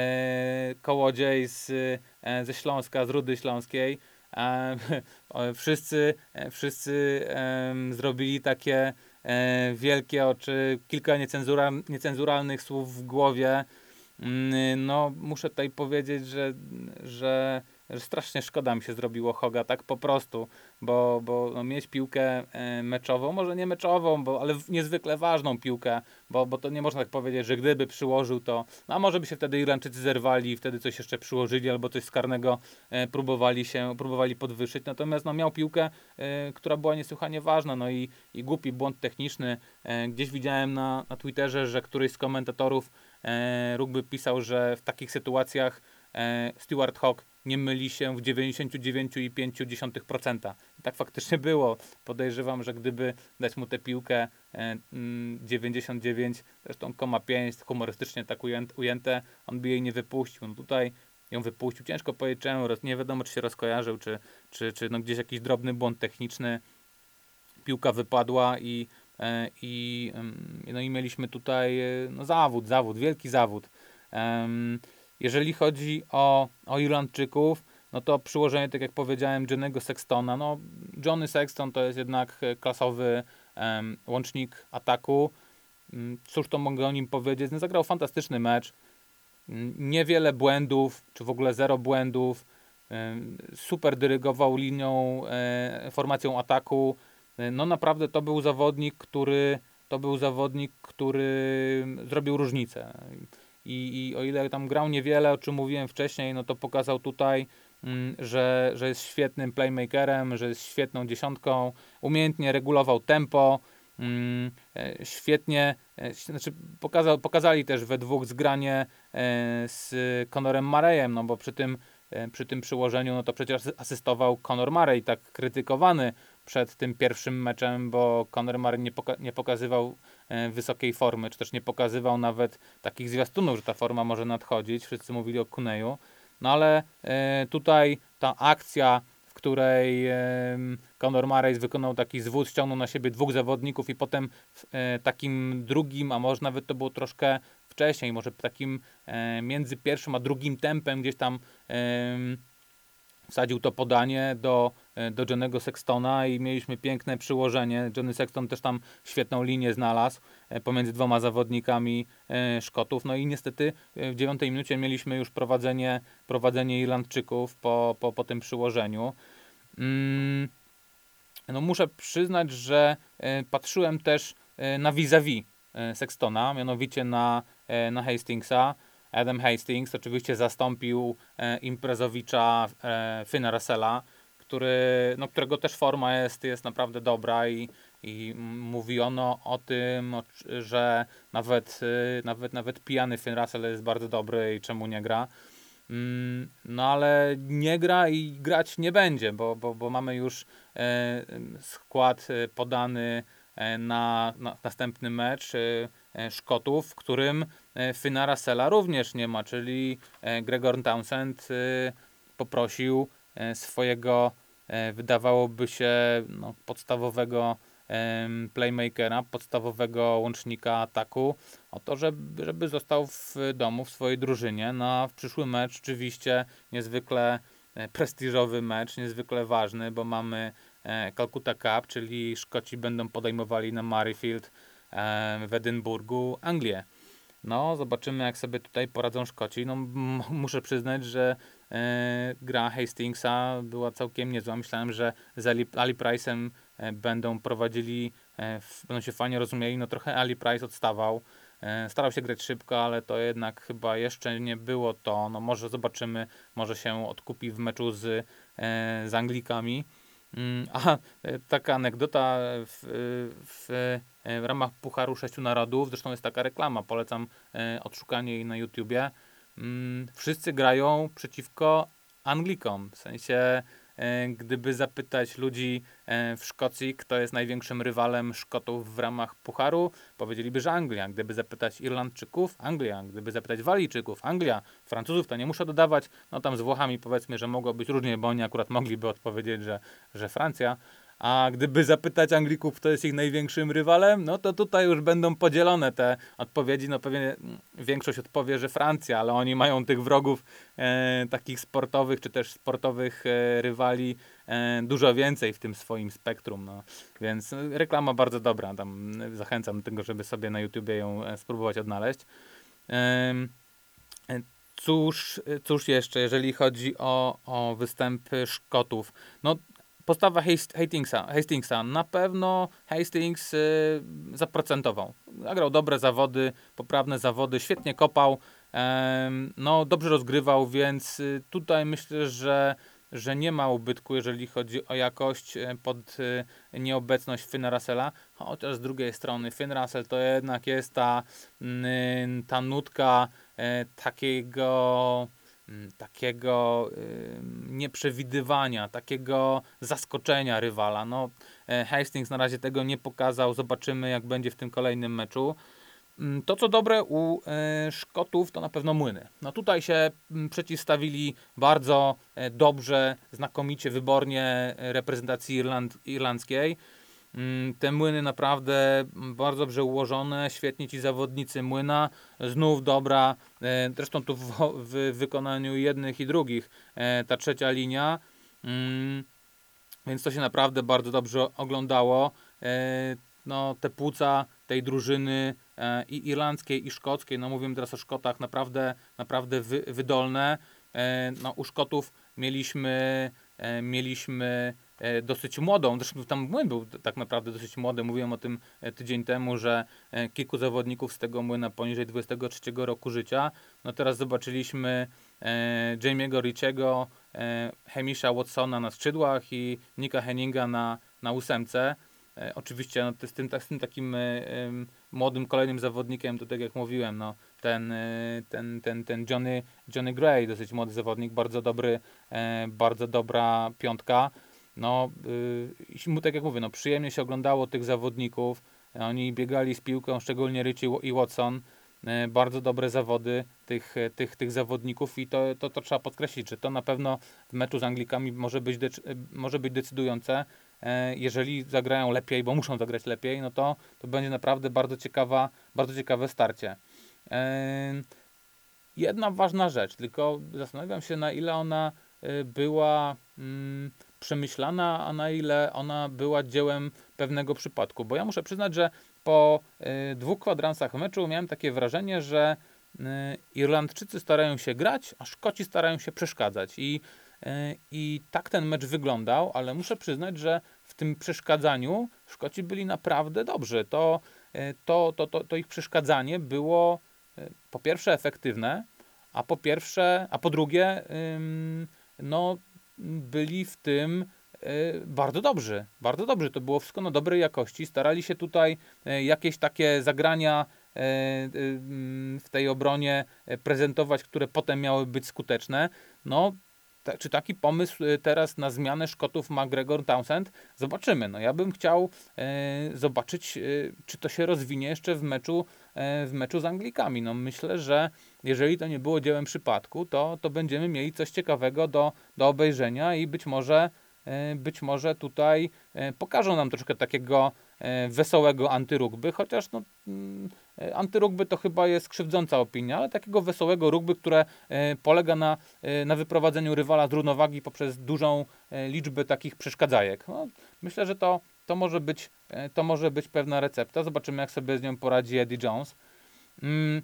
e, Kołodziej z, e, ze Śląska, z Rudy Śląskiej. E, o, wszyscy e, wszyscy em, zrobili takie e, wielkie oczy, kilka niecenzura, niecenzuralnych słów w głowie. Mm, No, muszę tutaj powiedzieć, że, że, że strasznie szkoda mi się zrobiło Hoga, tak po prostu, bo, bo no, mieć piłkę e, meczową, może nie meczową, bo, ale w- niezwykle ważną piłkę, bo, bo to nie można tak powiedzieć, że gdyby przyłożył to, no a może by się wtedy Irlandczycy zerwali i wtedy coś jeszcze przyłożyli, albo coś z karnego e, próbowali się, próbowali podwyższyć, natomiast no, miał piłkę, e, która była niesłychanie ważna, no i, i głupi błąd techniczny. E, gdzieś widziałem na, na Twitterze, że któryś z komentatorów e, rugby pisał, że w takich sytuacjach e, Stewart Hogg nie myli się w dziewięćdziesiąt dziewięć i pięć dziesiątych procent. I tak faktycznie było. Podejrzewam, że gdyby dać mu tę piłkę e, mm, dziewięćdziesiąt dziewięć, zresztą koma pięć, humorystycznie tak ujęte, ujęte, on by jej nie wypuścił. No tutaj ją wypuścił. Ciężko powiedzieć czemu, roz- nie wiadomo czy się rozkojarzył, czy, czy, czy no gdzieś jakiś drobny błąd techniczny. Piłka wypadła i, e, i, em, no i mieliśmy tutaj e, no zawód, zawód, wielki zawód. Em, Jeżeli chodzi o, o Irlandczyków, no to przyłożenie, tak jak powiedziałem, Johnny'ego Sextona. No, Johnny Sexton to jest jednak e, klasowy em, łącznik ataku. Mm, Cóż to mogę o nim powiedzieć? No, zagrał fantastyczny mecz. Mm, Niewiele błędów, czy w ogóle zero błędów. Em, Super dyrygował linią, e, formacją ataku. E, No naprawdę to był zawodnik, który to był zawodnik, który zrobił różnicę. I, I o ile tam grał niewiele, o czym mówiłem wcześniej, no to pokazał tutaj, mm, że, że jest świetnym playmakerem, że jest świetną dziesiątką, umiejętnie regulował tempo. mm, e, świetnie, e, znaczy pokazał, pokazali też we dwóch zgranie e, z Conorem Murrayem, no bo przy tym, e, przy tym przyłożeniu, no to przecież asystował Conor Murray, tak krytykowany przed tym pierwszym meczem, bo Conor Murray nie, poka- nie pokazywał e, wysokiej formy, czy też nie pokazywał nawet takich zwiastunów, że ta forma może nadchodzić. Wszyscy mówili o Kuneju. No ale e, tutaj ta akcja, w której e, Conor Murray wykonał taki zwód, ściągnął na siebie dwóch zawodników i potem e, takim drugim, a może nawet to było troszkę wcześniej, może takim e, między pierwszym a drugim tempem gdzieś tam e, wsadził to podanie do, do Johnny'ego Sextona i mieliśmy piękne przyłożenie. Johnny Sexton też tam świetną linię znalazł e, pomiędzy dwoma zawodnikami e, Szkotów. No i niestety e, w dziewiątej minucie mieliśmy już prowadzenie, prowadzenie Irlandczyków po, po, po tym przyłożeniu. Mm, no muszę przyznać, że e, patrzyłem też e, na vis-a-vis e, Sextona, mianowicie na, e, na Hastingsa. Adam Hastings oczywiście zastąpił e, imprezowicza e, Finna Russella, który, no, którego też forma jest, jest naprawdę dobra i, i mówiono o tym, o, że nawet, e, nawet, nawet pijany Finn Russell jest bardzo dobry i czemu nie gra. Mm, no ale nie gra i grać nie będzie, bo, bo, bo mamy już e, skład e, podany e, na, na następny mecz e, e, Szkotów, w którym e, Finna Russella również nie ma, czyli e, Gregor Townsend e, poprosił e, swojego, e, wydawałoby się, no, podstawowego em, playmakera, podstawowego łącznika ataku, o to, żeby, żeby został w domu, w swojej drużynie. No, w przyszły mecz oczywiście niezwykle e, prestiżowy mecz, niezwykle ważny, bo mamy e, Calcutta Cup, czyli Szkoci będą podejmowali na Murrayfield e, w Edynburgu Anglię. No, zobaczymy, jak sobie tutaj poradzą Szkoci. No, m- muszę przyznać, że e, gra Hastingsa była całkiem niezła. Myślałem, że z Ali, Ali Price'em e, będą prowadzili, e, w, będą się fajnie rozumieli. No, trochę Ali Price odstawał. E, starał się grać szybko, ale to jednak chyba jeszcze nie było to. No, może zobaczymy, może się odkupi w meczu z, e, z Anglikami. Mm, a e, taka anegdota w, w, e, w ramach Pucharu Sześciu Narodów, zresztą jest taka reklama, polecam e, odszukanie jej na YouTubie. Mm, wszyscy grają przeciwko Anglikom, w sensie e, gdyby zapytać ludzi e, w Szkocji, kto jest największym rywalem Szkotów w ramach Pucharu, powiedzieliby, że Anglia. Gdyby zapytać Irlandczyków, Anglia. Gdyby zapytać Walijczyków, Anglia. Francuzów to nie muszę dodawać, no tam z Włochami powiedzmy, że mogło być różnie, bo oni akurat mogliby odpowiedzieć, że, że Francja. A gdyby zapytać Anglików, kto jest ich największym rywalem, no to tutaj już będą podzielone te odpowiedzi. No pewnie większość odpowie, że Francja, ale oni mają tych wrogów e, takich sportowych, czy też sportowych e, rywali e, dużo więcej w tym swoim spektrum. No. Więc reklama bardzo dobra. Tam zachęcam do tego, żeby sobie na YouTubie ją e, spróbować odnaleźć. E, Cóż, cóż jeszcze, jeżeli chodzi o, o występy Szkotów? No, postawa Hast- Hastingsa, Hastingsa. Na pewno Hastings y, zaprocentował. Zagrał dobre zawody, poprawne zawody, świetnie kopał, em, no, dobrze rozgrywał, więc y, tutaj myślę, że, że nie ma ubytku, jeżeli chodzi o jakość y, pod y, nieobecność Finna Russella. Chociaż z drugiej strony Finn Russell to jednak jest ta, y, ta nutka e, takiego takiego y, nieprzewidywania, takiego zaskoczenia rywala. No, e, Hastings na razie tego nie pokazał. Zobaczymy, jak będzie w tym kolejnym meczu. Mm, To, co dobre u e, Szkotów, to na pewno młyny. No tutaj się mm, przeciwstawili bardzo e, dobrze, znakomicie, wybornie e, reprezentacji Irland, irlandzkiej. Mm, Te młyny naprawdę bardzo dobrze ułożone, świetnie ci zawodnicy młyna, znów dobra, e, zresztą tu w, w wykonaniu jednych i drugich e, ta trzecia linia, mm, więc to się naprawdę bardzo dobrze oglądało. E, No, te płuca tej drużyny e, i irlandzkiej, i szkockiej, no mówimy teraz o Szkotach, naprawdę, naprawdę wy, wydolne. E, No, u Szkotów mieliśmy, e, mieliśmy e, dosyć młodą, zresztą tam młyn był tak naprawdę dosyć młody, mówiłem o tym e, tydzień temu, że e, kilku zawodników z tego młyna poniżej dwudziestego trzeciego roku życia. No teraz zobaczyliśmy e, Jamie'ego Richiego, e, Hamisha Watsona na skrzydłach i Nicka Henninga na, na ósemce. E, oczywiście no, to z, tym, z tym takim e, em, młodym kolejnym zawodnikiem, to tak jak mówiłem, no, ten, e, ten, ten, ten Johnny, Johnny Gray, dosyć młody zawodnik, bardzo dobry, e, bardzo dobra piątka. No, y, mu tak jak mówię, no, przyjemnie się oglądało tych zawodników. Oni biegali z piłką, szczególnie Richie i Watson. E, bardzo dobre zawody tych, e, tych, tych zawodników i to, to, to trzeba podkreślić, że to na pewno w meczu z Anglikami może być, dec- e, może być decydujące. E, Jeżeli zagrają lepiej, bo muszą zagrać lepiej, no to, to będzie naprawdę bardzo ciekawa, bardzo ciekawe starcie. E, Jedna ważna rzecz, tylko zastanawiam się, na ile ona y, była mm, przemyślana, a na ile ona była dziełem pewnego przypadku. Bo ja muszę przyznać, że po y, dwóch kwadransach meczu miałem takie wrażenie, że y, Irlandczycy starają się grać, a Szkoci starają się przeszkadzać. I, y, I tak ten mecz wyglądał, ale muszę przyznać, że w tym przeszkadzaniu Szkoci byli naprawdę dobrzy. To, y, to, to, to, to ich przeszkadzanie było y, po pierwsze efektywne, a po pierwsze, a po drugie, ym, no, byli w tym y, bardzo dobrzy. Bardzo dobrzy. To było wszystko na dobrej jakości. Starali się tutaj y, jakieś takie zagrania y, y, w tej obronie y, prezentować, które potem miały być skuteczne. No, ta, czy taki pomysł y, teraz na zmianę Szkotów ma Gregor Townsend? Zobaczymy. No, ja bym chciał y, zobaczyć, y, czy to się rozwinie jeszcze w meczu, y, w meczu z Anglikami. No, myślę, że jeżeli to nie było dziełem przypadku, to, to będziemy mieli coś ciekawego do, do obejrzenia i być może, e, być może tutaj e, pokażą nam troszkę takiego e, wesołego antyrugby, chociaż no, mm, e, antyrugby to chyba jest krzywdząca opinia, ale takiego wesołego rugby, które e, polega na, e, na wyprowadzeniu rywala z równowagi poprzez dużą e, liczbę takich przeszkadzajek. No, myślę, że to, to, może być, e, to może być pewna recepta. Zobaczymy, jak sobie z nią poradzi Eddie Jones. Mm,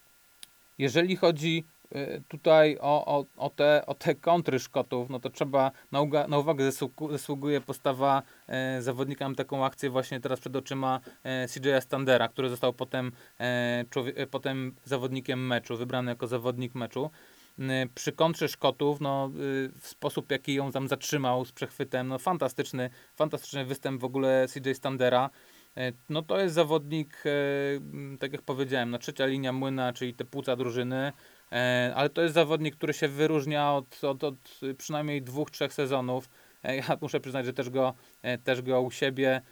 Jeżeli chodzi y, tutaj o, o, o, te, o te kontry Szkotów, no to trzeba, na, uga, na uwagę zasługu, zasługuje postawa e, zawodnika. Mam taką akcję właśnie teraz przed oczyma e, C J Standera, który został potem, e, człowie, e, potem zawodnikiem meczu, wybrany jako zawodnik meczu. Y, Przy kontrze Szkotów, no, y, w sposób jaki ją tam zatrzymał z przechwytem, no fantastyczny, fantastyczny występ w ogóle C J Standera. E, No to jest zawodnik, e, m, tak jak powiedziałem, no trzecia linia młyna, czyli te płuca drużyny, e, ale to jest zawodnik, który się wyróżnia od, od, od przynajmniej dwóch, trzech sezonów. E, Ja muszę przyznać, że też go, e, też go u siebie e,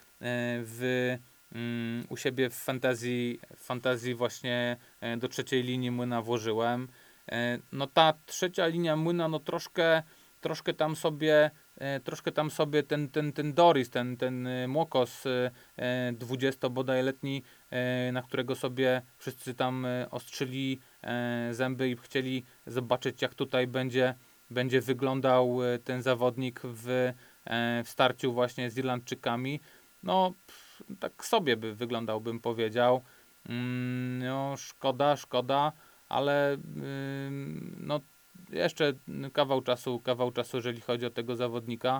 w mm, u siebie w fantazji, fantazji właśnie e, do trzeciej linii młyna włożyłem. E, No ta trzecia linia młyna, no troszkę, troszkę tam sobie e, troszkę tam sobie ten, ten, ten Doris, ten, ten e, Młokos e, dwudziesto bodaj letni, e, na którego sobie wszyscy tam e, ostrzyli e, zęby i chcieli zobaczyć, jak tutaj będzie, będzie wyglądał e, ten zawodnik w, e, w starciu właśnie z Irlandczykami. No, pff, tak sobie by wyglądał, bym powiedział. Mm, No, szkoda, szkoda, ale ym, no, jeszcze kawał czasu, kawał czasu, jeżeli chodzi o tego zawodnika.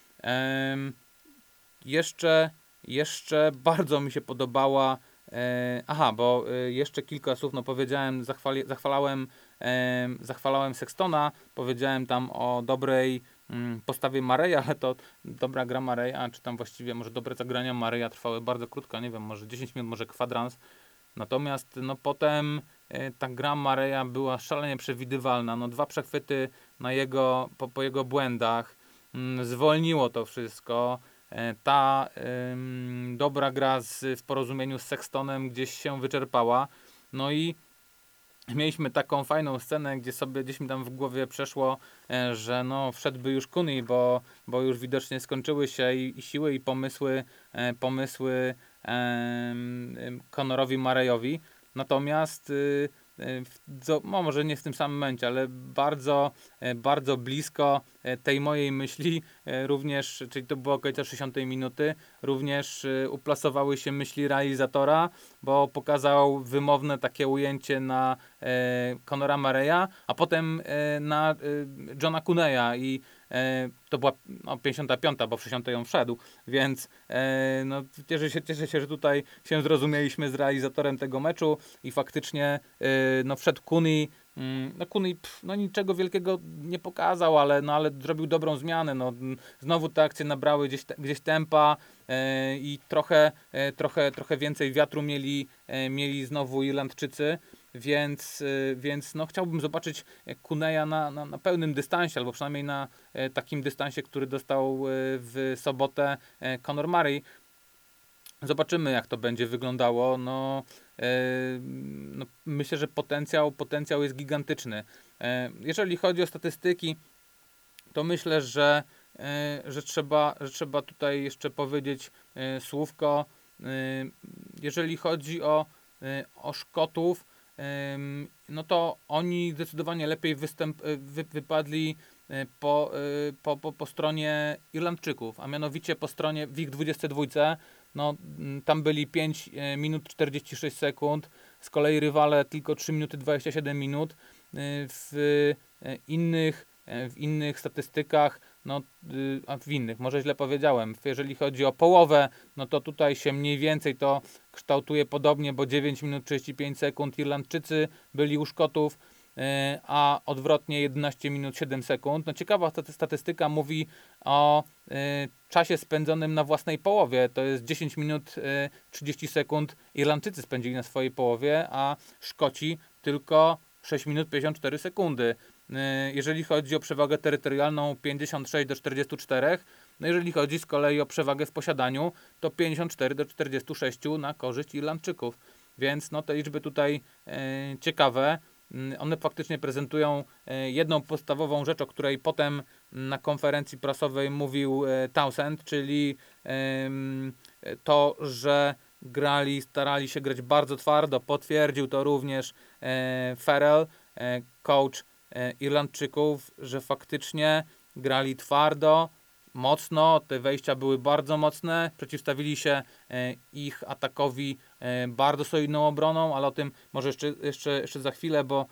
Em, jeszcze, jeszcze bardzo mi się podobała. E, aha, bo e, jeszcze kilka słów, no powiedziałem, zachwali, zachwalałem, e, zachwalałem Sextona, powiedziałem tam o dobrej mm, postawie Mareja, ale to dobra gra Mareja, czy tam właściwie może dobre zagrania Mareja trwały bardzo krótko, nie wiem, może dziesięć minut, może kwadrans. Natomiast no potem e, ta gra Mareja była szalenie przewidywalna. No dwa przechwyty na jego, po, po jego błędach mm, zwolniło to wszystko. E, Ta ym, dobra gra z, w porozumieniu z Sextonem gdzieś się wyczerpała. No i mieliśmy taką fajną scenę, gdzie sobie gdzieś mi tam w głowie przeszło, e, że no wszedłby już Kuni, bo, bo już widocznie skończyły się i, i siły i pomysły, e, pomysły em, em, Conorowi Marejowi. Natomiast y, y, w, zo- no, może nie w tym samym momencie, ale bardzo, e, bardzo blisko e, tej mojej myśli e, również, czyli to było około sześćdziesiątej minuty, również e, uplasowały się myśli realizatora, bo pokazał wymowne takie ujęcie na e, Conora Mareya, a potem e, na e, Johna Kuneya i e, to była no, pięćdziesiąta piąta, bo w sześćdziesiątej ją wszedł, więc e, no, cieszę, się, cieszę się, że tutaj się zrozumieliśmy z realizatorem tego meczu i faktycznie e, no, wszedł Cooney. Mm, No Cooney pff, no niczego wielkiego nie pokazał, ale, no, ale zrobił dobrą zmianę. No, mm, znowu te akcje nabrały gdzieś, te, gdzieś tempa e, i trochę, e, trochę, trochę więcej wiatru mieli, e, mieli znowu Irlandczycy, więc, e, więc no, chciałbym zobaczyć Kuneja na, na, na pełnym dystansie, albo przynajmniej na e, takim dystansie, który dostał e, w sobotę e, Conor Murray. Zobaczymy, jak to będzie wyglądało. No, e, no, myślę, że potencjał, potencjał jest gigantyczny. E, jeżeli chodzi o statystyki, to myślę, że, e, że, trzeba, że trzeba tutaj jeszcze powiedzieć e, słówko. E, jeżeli chodzi o, e, o Szkotów, e, no to oni zdecydowanie lepiej występ, e, wy, wypadli e, po, e, po, po, po stronie Irlandczyków, a mianowicie po stronie w ich dwudziestce dwójce. No, m, tam byli pięć e, minut czterdzieści sześć sekund, z kolei rywale tylko trzy minuty dwadzieścia siedem minut. E, w e, innych e, w innych statystykach, no, y, a w innych, może źle powiedziałem, jeżeli chodzi o połowę, no to tutaj się mniej więcej to kształtuje podobnie, bo dziewięć minut trzydzieści pięć sekund Irlandczycy byli u Szkotów, y, a odwrotnie jedenaście minut siedem sekund. No ciekawa staty- statystyka mówi o y, czasie spędzonym na własnej połowie, to jest dziesięć minut y, trzydzieści sekund Irlandczycy spędzili na swojej połowie, a Szkoci tylko sześć minut pięćdziesiąt cztery sekundy. Jeżeli chodzi o przewagę terytorialną, pięćdziesiąt sześć do czterdziestu czterech, no jeżeli chodzi z kolei o przewagę w posiadaniu, to pięćdziesiąt cztery do czterdziestu sześciu na korzyść Irlandczyków. Więc no, te liczby tutaj e, ciekawe. One faktycznie prezentują e, jedną podstawową rzecz, o której potem na konferencji prasowej mówił e, Townsend, czyli e, to, że grali, starali się grać bardzo twardo. Potwierdził to również e, Farrell, e, coach Irlandczyków, że faktycznie grali twardo, mocno, te wejścia były bardzo mocne, przeciwstawili się ich atakowi bardzo solidną obroną, ale o tym może jeszcze, jeszcze, jeszcze za chwilę, bo,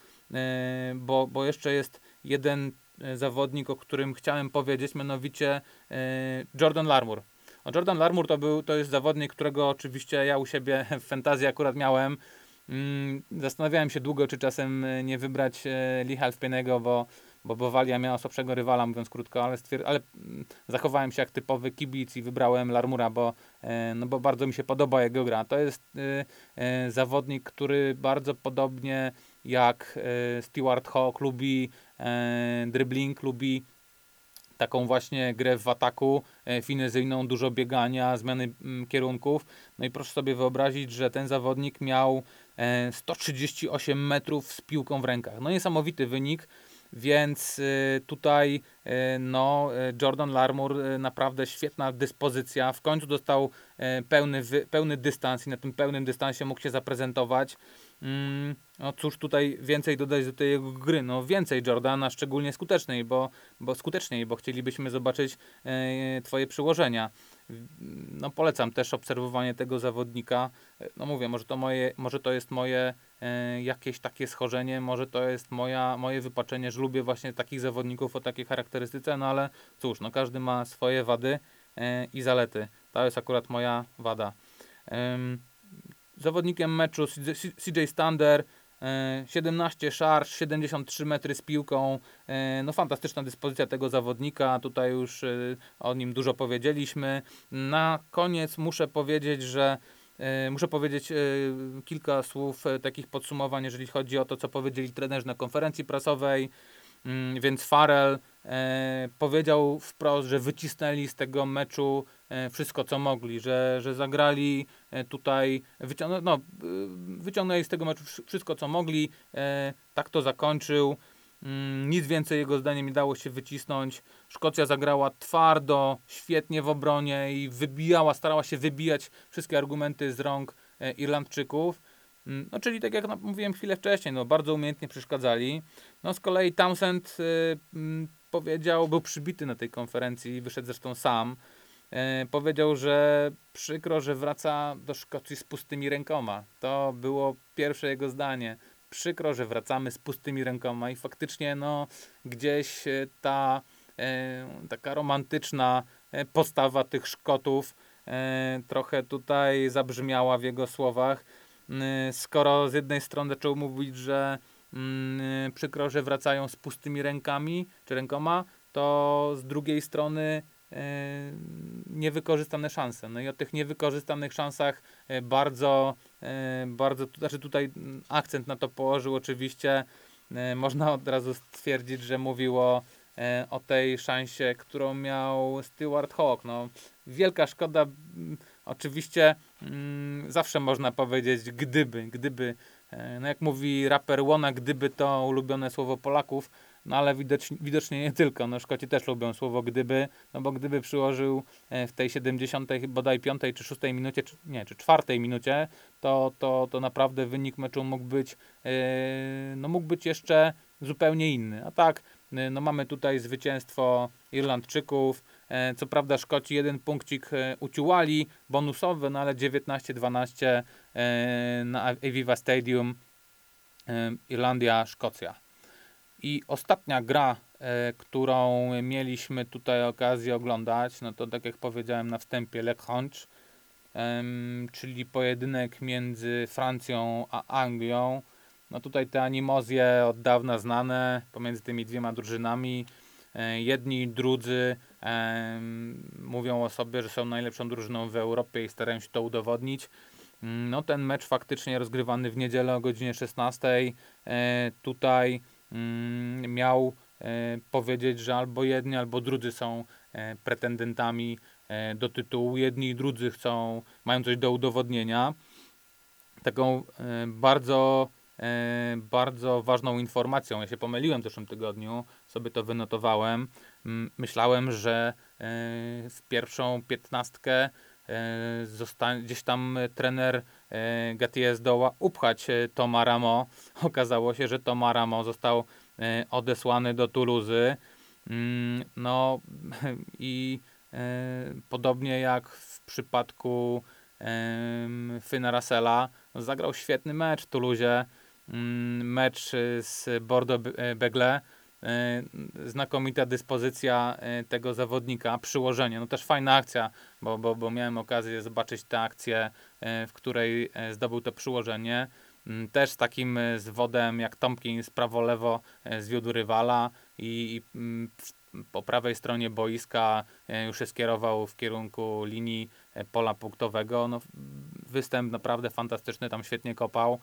bo, bo jeszcze jest jeden zawodnik, o którym chciałem powiedzieć, mianowicie Jordan Larmour. O Jordan Larmour to, był, to jest zawodnik, którego oczywiście ja u siebie w fantazji akurat miałem. Zastanawiałem się długo, czy czasem nie wybrać Lee Halfpenny'ego, bo, bo Bowalia miała słabszego rywala, mówiąc krótko, ale, stwier- ale zachowałem się jak typowy kibic i wybrałem Larmoura, bo, no bo bardzo mi się podoba jego gra. To jest zawodnik, który bardzo podobnie jak Stuart Hawk lubi dribbling, lubi taką właśnie grę w ataku, e, finezyjną, dużo biegania, zmiany m, kierunków. No i proszę sobie wyobrazić, że ten zawodnik miał e, sto trzydzieści osiem metrów z piłką w rękach. No niesamowity wynik, więc e, tutaj e, no, e, Jordan Larmour e, naprawdę świetna dyspozycja. W końcu dostał e, pełny, wy, pełny dystans i na tym pełnym dystansie mógł się zaprezentować. Mm, no cóż tutaj więcej dodać do tej jego gry? No więcej Jordana, szczególnie skutecznej, bo, bo skuteczniej, bo chcielibyśmy zobaczyć e, twoje przyłożenia. No polecam też obserwowanie tego zawodnika. No mówię, może to moje, może to jest moje e, jakieś takie schorzenie, może to jest moja, moje wypaczenie, że lubię właśnie takich zawodników o takiej charakterystyce, no ale cóż, no każdy ma swoje wady e, i zalety. To jest akurat moja wada. Ym, Zawodnikiem meczu C J Stander, siedemnaście szarż, siedemdziesiąt trzy metry z piłką. No fantastyczna dyspozycja tego zawodnika. Tutaj już o nim dużo powiedzieliśmy. Na koniec muszę powiedzieć, że muszę powiedzieć kilka słów takich podsumowań, jeżeli chodzi o to, co powiedzieli trenerzy na konferencji prasowej. Więc Farrell e, powiedział wprost, że wycisnęli z tego meczu e, wszystko, co mogli, że, że zagrali e, tutaj, wyciągnę, no, wyciągnęli z tego meczu wszystko, co mogli, e, tak to zakończył. Mm, nic więcej jego zdaniem nie dało się wycisnąć. Szkocja zagrała twardo, świetnie w obronie i wybijała, starała się wybijać wszystkie argumenty z rąk e, Irlandczyków. No, czyli tak jak mówiłem chwilę wcześniej, no, bardzo umiejętnie przeszkadzali. No, z kolei Townsend y, y, powiedział, był przybity na tej konferencji, wyszedł zresztą sam. Y, powiedział, że przykro, że wraca do Szkocji z pustymi rękoma. To było pierwsze jego zdanie. Przykro, że wracamy z pustymi rękoma i faktycznie no, gdzieś ta taka romantyczna postawa tych Szkotów trochę tutaj zabrzmiała w jego słowach. Skoro z jednej strony zaczął mówić, że przykro, że wracają z pustymi rękami czy rękoma, to z drugiej strony niewykorzystane szanse. No i o tych niewykorzystanych szansach bardzo, bardzo, znaczy tutaj akcent na to położył oczywiście. Można od razu stwierdzić, że mówiło o tej szansie, którą miał Stewart Hawke. No, wielka szkoda. Oczywiście mm, zawsze można powiedzieć gdyby, gdyby, no jak mówi raper Łona, gdyby to ulubione słowo Polaków, no ale widocznie, widocznie nie tylko, no Szkoci też lubią słowo gdyby, no bo gdyby przyłożył w tej siedemdziesiątej bodaj piątej czy szóstej minucie, czy nie, czy czwartej minucie, to, to, to naprawdę wynik meczu mógł być, yy, no mógł być jeszcze zupełnie inny. A tak, no mamy tutaj zwycięstwo Irlandczyków. Co prawda Szkoci jeden punkcik uciułali, bonusowy, no ale dziewiętnaście dwanaście na Aviva Stadium. Irlandia, Szkocja. I ostatnia gra, którą mieliśmy tutaj okazję oglądać, no to tak jak powiedziałem na wstępie, Le Crunch, czyli pojedynek między Francją a Anglią. No tutaj te animozje od dawna znane pomiędzy tymi dwiema drużynami. Jedni i drudzy e, mówią o sobie, że są najlepszą drużyną w Europie i starają się to udowodnić. No ten mecz faktycznie rozgrywany w niedzielę o godzinie szesnastej e, tutaj mm, miał e, powiedzieć, że albo jedni, albo drudzy są e, pretendentami e, do tytułu. Jedni i drudzy chcą, mają coś do udowodnienia. Taką e, bardzo bardzo ważną informacją. Ja się pomyliłem w zeszłym tygodniu, sobie to wynotowałem. Myślałem, że w pierwszą piętnastkę zostanie gdzieś tam trener Galtier zdoła upchać Toma Ramo. Okazało się, że Toma Ramo został odesłany do Toulouse. No i podobnie jak w przypadku Fina Russella, zagrał świetny mecz w Toulouse. Mecz z Bordeaux-Bègles, znakomita dyspozycja tego zawodnika, przyłożenie, no też fajna akcja, bo, bo, bo miałem okazję zobaczyć tę akcję, w której zdobył to przyłożenie, też z takim zwodem jak Tompkins prawo-lewo zwiódł rywala i, i po prawej stronie boiska już się skierował w kierunku linii pola punktowego. No, występ naprawdę fantastyczny, tam świetnie kopał.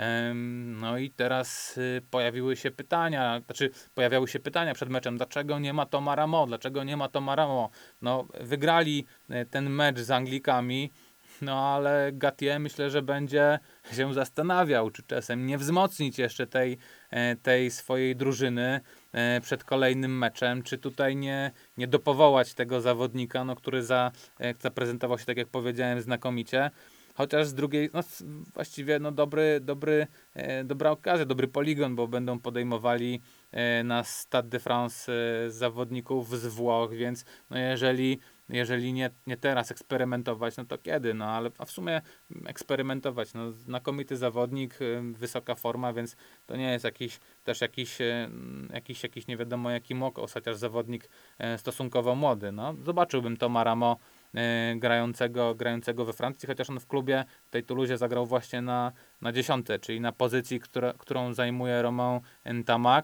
No i teraz pojawiły się pytania, znaczy pojawiały się pytania przed meczem, dlaczego nie ma Toma Ramo, dlaczego nie ma Toma Ramo. No wygrali ten mecz z Anglikami, no ale Galtier myślę, że będzie się zastanawiał, czy czasem nie wzmocnić jeszcze tej, tej swojej drużyny przed kolejnym meczem, czy tutaj nie, nie dopowołać tego zawodnika, no, który za, zaprezentował się, tak jak powiedziałem, znakomicie. Chociaż z drugiej, no właściwie no dobry, dobry, e, dobra okazja, dobry poligon, bo będą podejmowali e, na Stade de France e, zawodników z Włoch, więc no jeżeli, jeżeli nie, nie teraz eksperymentować, no to kiedy? No ale a w sumie eksperymentować, no znakomity zawodnik, e, wysoka forma, więc to nie jest jakiś też jakiś, e, jakiś, jakiś nie wiadomo jaki mokos, chociaż zawodnik e, stosunkowo młody. No zobaczyłbym Toma Ramo grającego, grającego we Francji, chociaż on w klubie w tej Toulouse zagrał właśnie na, na dziesiąte, czyli na pozycji, która, którą zajmuje Romain Ntamack.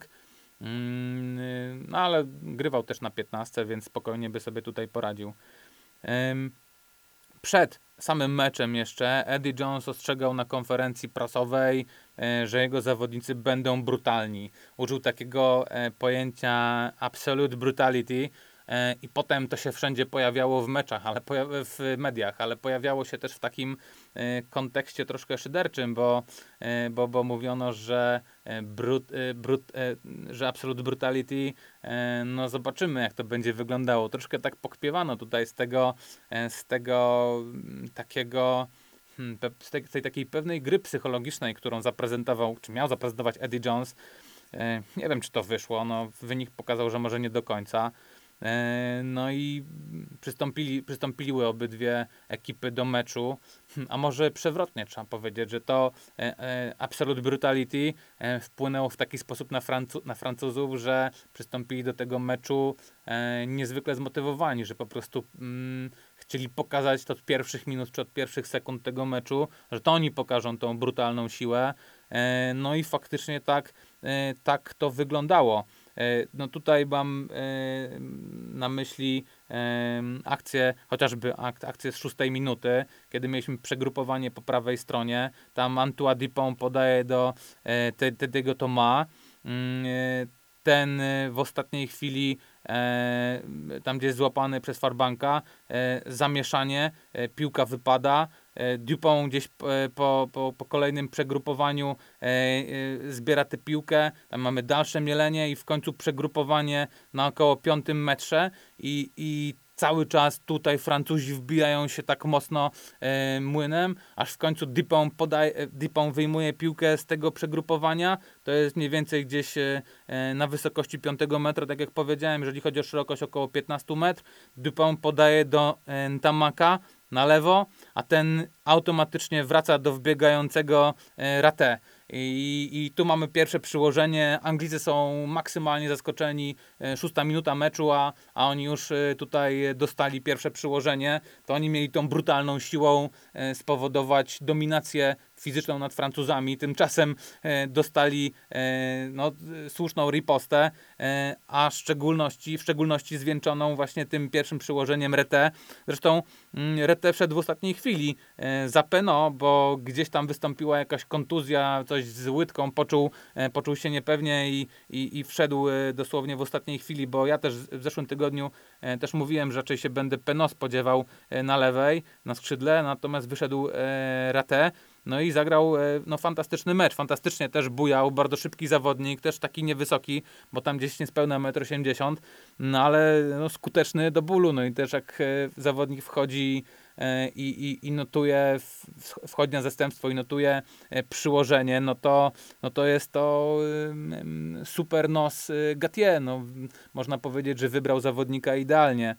No ale grywał też na piętnastce, więc spokojnie by sobie tutaj poradził. Przed samym meczem jeszcze Eddie Jones ostrzegał na konferencji prasowej, że jego zawodnicy będą brutalni. Użył takiego pojęcia absolute brutality, i potem to się wszędzie pojawiało w meczach, ale w mediach, ale pojawiało się też w takim kontekście troszkę szyderczym, bo, bo, bo mówiono, że, brut, brut, że absolute brutality, no zobaczymy jak to będzie wyglądało. Troszkę tak pokpiewano tutaj z tego, z tego takiego z tej, z tej takiej pewnej gry psychologicznej, którą zaprezentował, czy miał zaprezentować Eddie Jones. Nie wiem, czy to wyszło, no wynik pokazał, że może nie do końca. No i przystąpili, przystąpiły obydwie ekipy do meczu, a może przewrotnie trzeba powiedzieć, że to Absolute Brutality wpłynęło w taki sposób na, Francu- na Francuzów, że przystąpili do tego meczu niezwykle zmotywowani, że po prostu mm, chcieli pokazać to od pierwszych minut czy od pierwszych sekund tego meczu, że to oni pokażą tą brutalną siłę. No i faktycznie tak, tak to wyglądało. No tutaj mam na myśli akcję, chociażby ak- akcję z szóstej minuty, kiedy mieliśmy przegrupowanie po prawej stronie. Tam Antoine Dupont podaje do Tediego Thomas. Ten w ostatniej chwili, e, tam gdzie jest złapany przez Farbanka, e, zamieszanie, e, piłka wypada. E, Dupont gdzieś po, po, po, po kolejnym przegrupowaniu e, e, zbiera tę piłkę. Tam mamy dalsze mielenie i w końcu przegrupowanie na około piątym metrze i, i cały czas tutaj Francuzi wbijają się tak mocno e, młynem, aż w końcu Dupont, podaje, Dupont wyjmuje piłkę z tego przegrupowania. To jest mniej więcej gdzieś e, na wysokości piątego metra, tak jak powiedziałem, jeżeli chodzi o szerokość około piętnaście metrów. Dupont podaje do e, Ntamaka na lewo, a ten automatycznie wraca do wbiegającego e, Raté. I, I tu mamy pierwsze przyłożenie. Anglicy są maksymalnie zaskoczeni. E, Szósta minuta meczu, a, a oni już e, tutaj dostali pierwsze przyłożenie. To oni mieli tą brutalną siłą e, spowodować dominację fizyczną nad Francuzami. Tymczasem e, dostali e, no, słuszną ripostę, e, a w szczególności, w szczególności zwieńczoną właśnie tym pierwszym przyłożeniem Raté. Zresztą mm, Raté wszedł w ostatniej chwili e, za Peno, bo gdzieś tam wystąpiła jakaś kontuzja, coś z łydką, poczuł, e, poczuł się niepewnie i, i, i wszedł e, dosłownie w ostatniej chwili, bo ja też w zeszłym tygodniu e, też mówiłem, że raczej się będę Peno spodziewał e, na lewej, na skrzydle, natomiast wyszedł e, Raté. No i zagrał no, fantastyczny mecz, fantastycznie też bujał, bardzo szybki zawodnik, też taki niewysoki, bo tam gdzieś niespełna metr osiemdziesiąt, no ale no, skuteczny do bólu, no i też jak zawodnik wchodzi i, i, i notuje, wchodzi na zastępstwo i notuje przyłożenie, no to, no to jest to super nos Gatier, no można powiedzieć, że wybrał zawodnika idealnie.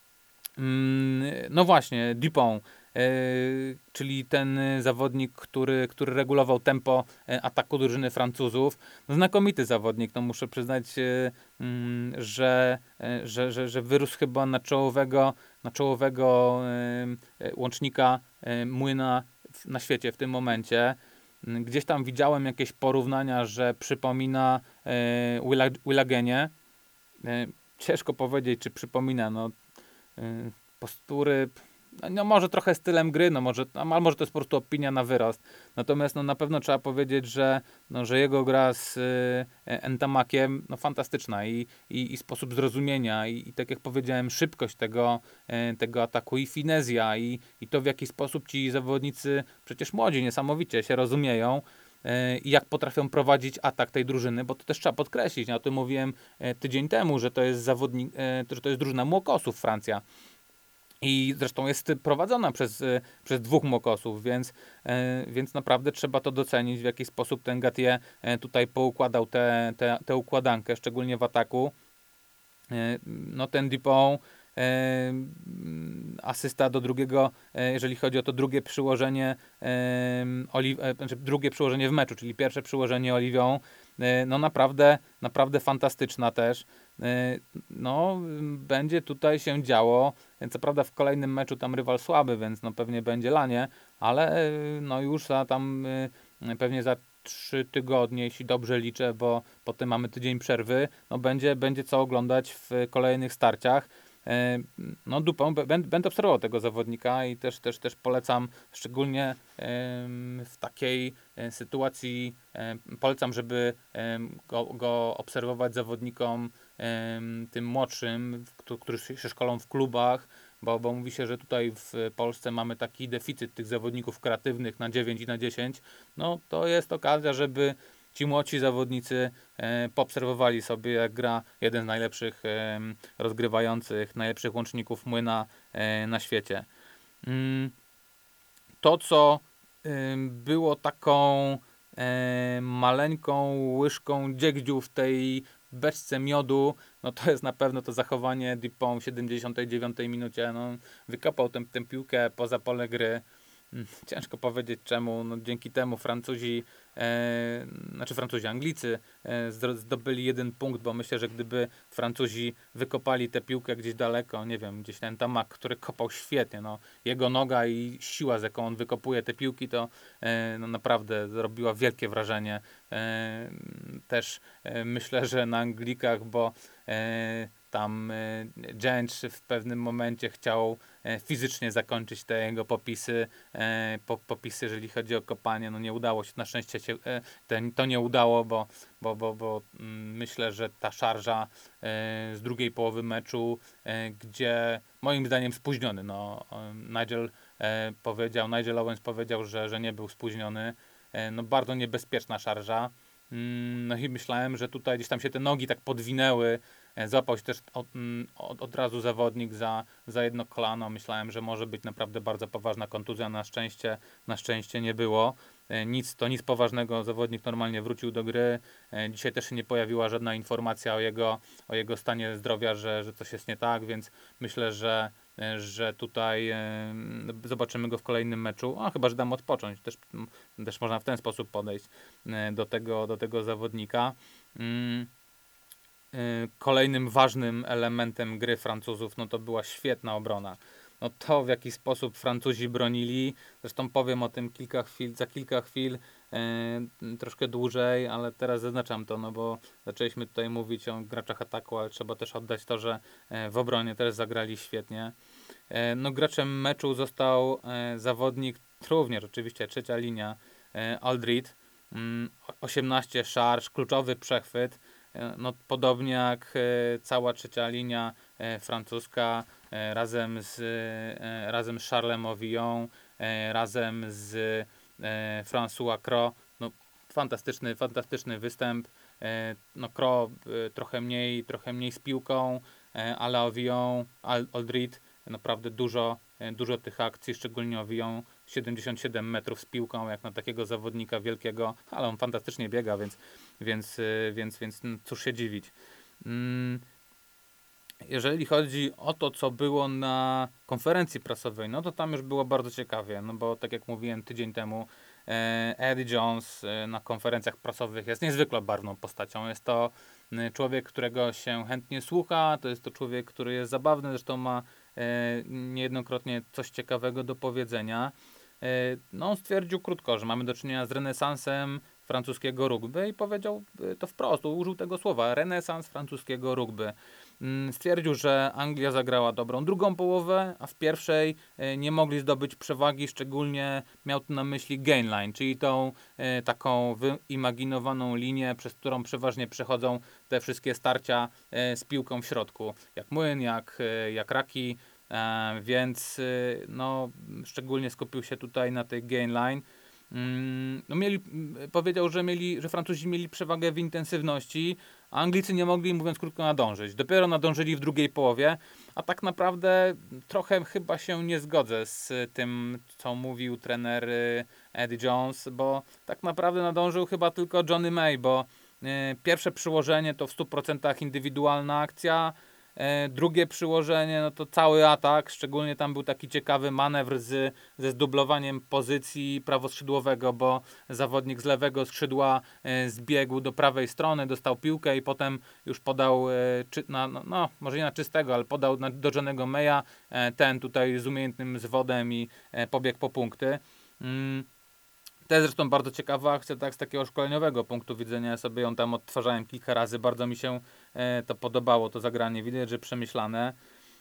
No właśnie, Dupont, Yy, czyli ten zawodnik, który, który regulował tempo ataku drużyny Francuzów. No, znakomity zawodnik, no muszę przyznać, yy, yy, że, yy, że, że, że wyrósł chyba na czołowego, na czołowego yy, łącznika yy, młyna w, na świecie w tym momencie. Yy, gdzieś tam widziałem jakieś porównania, że przypomina yy, Willa, Willa Genie. Yy, ciężko powiedzieć, czy przypomina, no yy, postury, no może trochę stylem gry, no może, ale może to jest po prostu opinia na wyrost. Natomiast no na pewno trzeba powiedzieć, że, no, że jego gra z y, Ntamakiem no fantastyczna i, i, i sposób zrozumienia i, i tak jak powiedziałem, szybkość tego, y, tego ataku i finezja i, i to w jaki sposób ci zawodnicy, przecież młodzi niesamowicie się rozumieją i jak potrafią prowadzić atak tej drużyny, bo to też trzeba podkreślić. Ja o tym mówiłem tydzień temu, że to jest zawodnik, że to jest drużyna młokosów Francja. I zresztą jest prowadzona przez, przez dwóch młokosów, więc, więc naprawdę trzeba to docenić, w jaki sposób ten Gatier tutaj poukładał tę te, te, te układankę, szczególnie w ataku. No ten Dupont, asysta do drugiego, jeżeli chodzi o to drugie przyłożenie, Oli- znaczy drugie przyłożenie w meczu, czyli pierwsze przyłożenie Oliwią, no naprawdę, naprawdę fantastyczna też. No, będzie tutaj się działo. Co prawda w kolejnym meczu tam rywal słaby, więc no pewnie będzie lanie, ale no już za tam pewnie za trzy tygodnie, jeśli dobrze liczę, bo potem mamy tydzień przerwy, no będzie, będzie co oglądać w kolejnych starciach. No Dupont, będę obserwował tego zawodnika i też, też, też polecam, szczególnie w takiej sytuacji, polecam, żeby go, go obserwować zawodnikom tym młodszym, którzy się szkolą w klubach, bo, bo mówi się, że tutaj w Polsce mamy taki deficyt tych zawodników kreatywnych na dziewięć i na dziesięć. No to jest okazja, żeby ci młodsi zawodnicy e, poobserwowali sobie, jak gra jeden z najlepszych e, rozgrywających, najlepszych łączników młyna e, na świecie. Mm, to, co e, było taką e, maleńką łyżką dziegdziu w tej beczce miodu, no to jest na pewno to zachowanie Dupont w siedemdziesiątej dziewiątej minucie. No, wykopał tę, tę piłkę poza pole gry. Ciężko powiedzieć czemu. No, dzięki temu Francuzi, e, znaczy Francuzi, Anglicy e, zdobyli jeden punkt, bo myślę, że gdyby Francuzi wykopali tę piłkę gdzieś daleko, nie wiem, gdzieś ten Tamak, który kopał świetnie, no, jego noga i siła, z jaką on wykopuje te piłki, to e, no, naprawdę zrobiła wielkie wrażenie. E, też e, myślę, że na Anglikach, bo e, tam e, Jęcz w pewnym momencie chciał e, fizycznie zakończyć te jego popisy, e, po, popisy, jeżeli chodzi o kopanie. No nie udało się, na szczęście się e, ten, to nie udało, bo, bo, bo, bo mm, myślę, że ta szarża e, z drugiej połowy meczu, e, gdzie moim zdaniem spóźniony, no e, Nigel e, powiedział, Nigel Owens powiedział, że, że nie był spóźniony. E, no bardzo niebezpieczna szarża. Mm, No i myślałem, że tutaj gdzieś tam się te nogi tak podwinęły. E, Złapał się też od, mm, od, od razu zawodnik za, za jedno kolano. Myślałem, że może być naprawdę bardzo poważna kontuzja. Na szczęście, na szczęście nie było. E, Nic, to nic poważnego. Zawodnik normalnie wrócił do gry. E, Dzisiaj też się nie pojawiła żadna informacja o jego, o jego stanie zdrowia, że, że coś jest nie tak, więc myślę, że e, że tutaj e, zobaczymy go w kolejnym meczu. A chyba, że dam odpocząć. Też, m, też można w ten sposób podejść e, do tego, do tego zawodnika. Mm. Y, Kolejnym ważnym elementem gry Francuzów, no to była świetna obrona. No to w jaki sposób Francuzi bronili, zresztą powiem o tym kilka chwil, za kilka chwil, y, troszkę dłużej, ale teraz zaznaczam to, no bo zaczęliśmy tutaj mówić o graczach ataku, ale trzeba też oddać to, że y, w obronie też zagrali świetnie. Y, no graczem meczu został y, zawodnik, również oczywiście trzecia linia, y, Aldrit, mm, osiemnaście szarż, kluczowy przechwyt. E, No, podobnie jak e, cała trzecia linia e, francuska, e, razem z, e, razem z Charlesem Ovillon, e, razem z e, François Cros. No, fantastyczny, fantastyczny występ. E, no, Cros e, trochę mniej, trochę mniej z piłką, e, ale Ovillon, Al- Aldrit naprawdę dużo, e, dużo tych akcji, szczególnie Ovillon, siedemdziesiąt siedem metrów z piłką, jak na takiego zawodnika wielkiego, ale on fantastycznie biega, więc, więc, y, więc, więc no, cóż się dziwić. Mm, Jeżeli chodzi o to, co było na konferencji prasowej, no to tam już było bardzo ciekawie, no bo tak jak mówiłem tydzień temu, e, Eddie Jones e, na konferencjach prasowych jest niezwykle barwną postacią. Jest to e, człowiek, którego się chętnie słucha, to jest to człowiek, który jest zabawny, zresztą ma e, niejednokrotnie coś ciekawego do powiedzenia. E, No on stwierdził krótko, że mamy do czynienia z renesansem francuskiego rugby i powiedział e, to wprost, użył tego słowa, renesans francuskiego rugby. Mm, Stwierdził, że Anglia zagrała dobrą drugą połowę, a w pierwszej e, nie mogli zdobyć przewagi, szczególnie miał tu na myśli gain line, czyli tą e, taką wyimaginowaną linię, przez którą przeważnie przechodzą te wszystkie starcia e, z piłką w środku, jak młyn, jak, e, jak raki, e, więc e, no, szczególnie skupił się tutaj na tej gain line. Mm, No mieli, mm, powiedział, że, mieli, że Francuzi mieli przewagę w intensywności, a Anglicy nie mogli, mówiąc krótko, nadążyć. Dopiero nadążyli w drugiej połowie, a tak naprawdę trochę chyba się nie zgodzę z tym, co mówił trener y, Eddie Jones, bo tak naprawdę nadążył chyba tylko Johnny May, bo y, pierwsze przyłożenie to w stu procentach indywidualna akcja, e, drugie przyłożenie, no to cały atak, szczególnie tam był taki ciekawy manewr z, ze zdublowaniem pozycji prawoskrzydłowego, bo zawodnik z lewego skrzydła e, zbiegł do prawej strony, dostał piłkę i potem już podał, e, czy, na, no, no, może nie na czystego, ale podał na, do Johnny'ego Maya, e, ten tutaj z umiejętnym zwodem i e, pobiegł po punkty. Mm. To jest zresztą bardzo ciekawa akcja, tak z takiego szkoleniowego punktu widzenia. Ja sobie ją tam odtwarzałem kilka razy. Bardzo mi się e, to podobało, to zagranie. Widać, że przemyślane.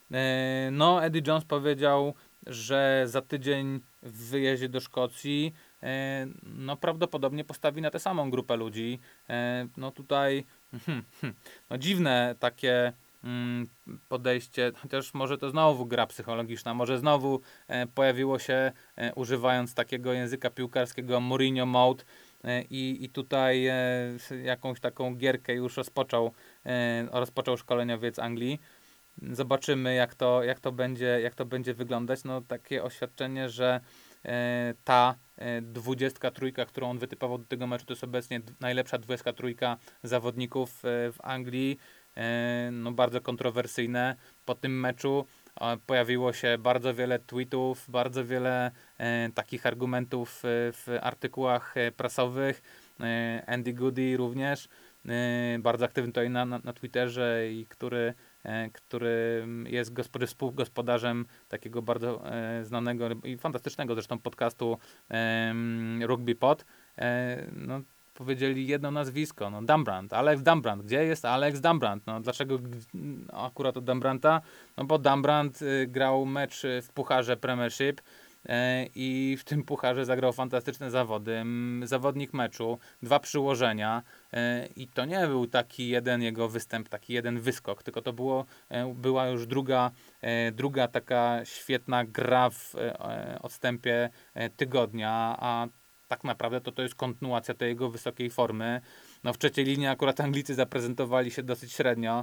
E, no, Eddie Jones powiedział, że za tydzień w wyjeździe do Szkocji e, no prawdopodobnie postawi na tę samą grupę ludzi. E, no tutaj hmm, hmm, no dziwne takie mm, podejście, chociaż może to znowu gra psychologiczna, może znowu e, pojawiło się, e, używając takiego języka piłkarskiego, Mourinho mode, e, i, i tutaj e, jakąś taką gierkę już rozpoczął, e, rozpoczął szkoleniowiec Anglii. Zobaczymy, jak to, jak to będzie, jak to będzie wyglądać. No takie oświadczenie, że ta dwudziestka trójka, którą on wytypował do tego meczu, to jest obecnie najlepsza dwudziestka trójka zawodników w Anglii. No bardzo kontrowersyjne. Po tym meczu pojawiło się bardzo wiele tweetów, bardzo wiele takich argumentów w artykułach prasowych. Andy Goody również, bardzo aktywny tutaj na, na, na Twitterze i który, który jest gospody, współgospodarzem takiego bardzo znanego i fantastycznego zresztą podcastu Rugby Pod. No, powiedzieli jedno nazwisko, no Dambrand, Alex Dambrand. Gdzie jest Alex Dambrand? No dlaczego akurat od Dambranda? No bo Dambrand grał mecz w pucharze Premiership i w tym pucharze zagrał fantastyczne zawody. Zawodnik meczu, dwa przyłożenia i to nie był taki jeden jego występ, taki jeden wyskok, tylko to było, była już druga, druga taka świetna gra w odstępie tygodnia, a tak naprawdę to, to jest kontynuacja tej jego wysokiej formy. No w trzeciej linii akurat Anglicy zaprezentowali się dosyć średnio.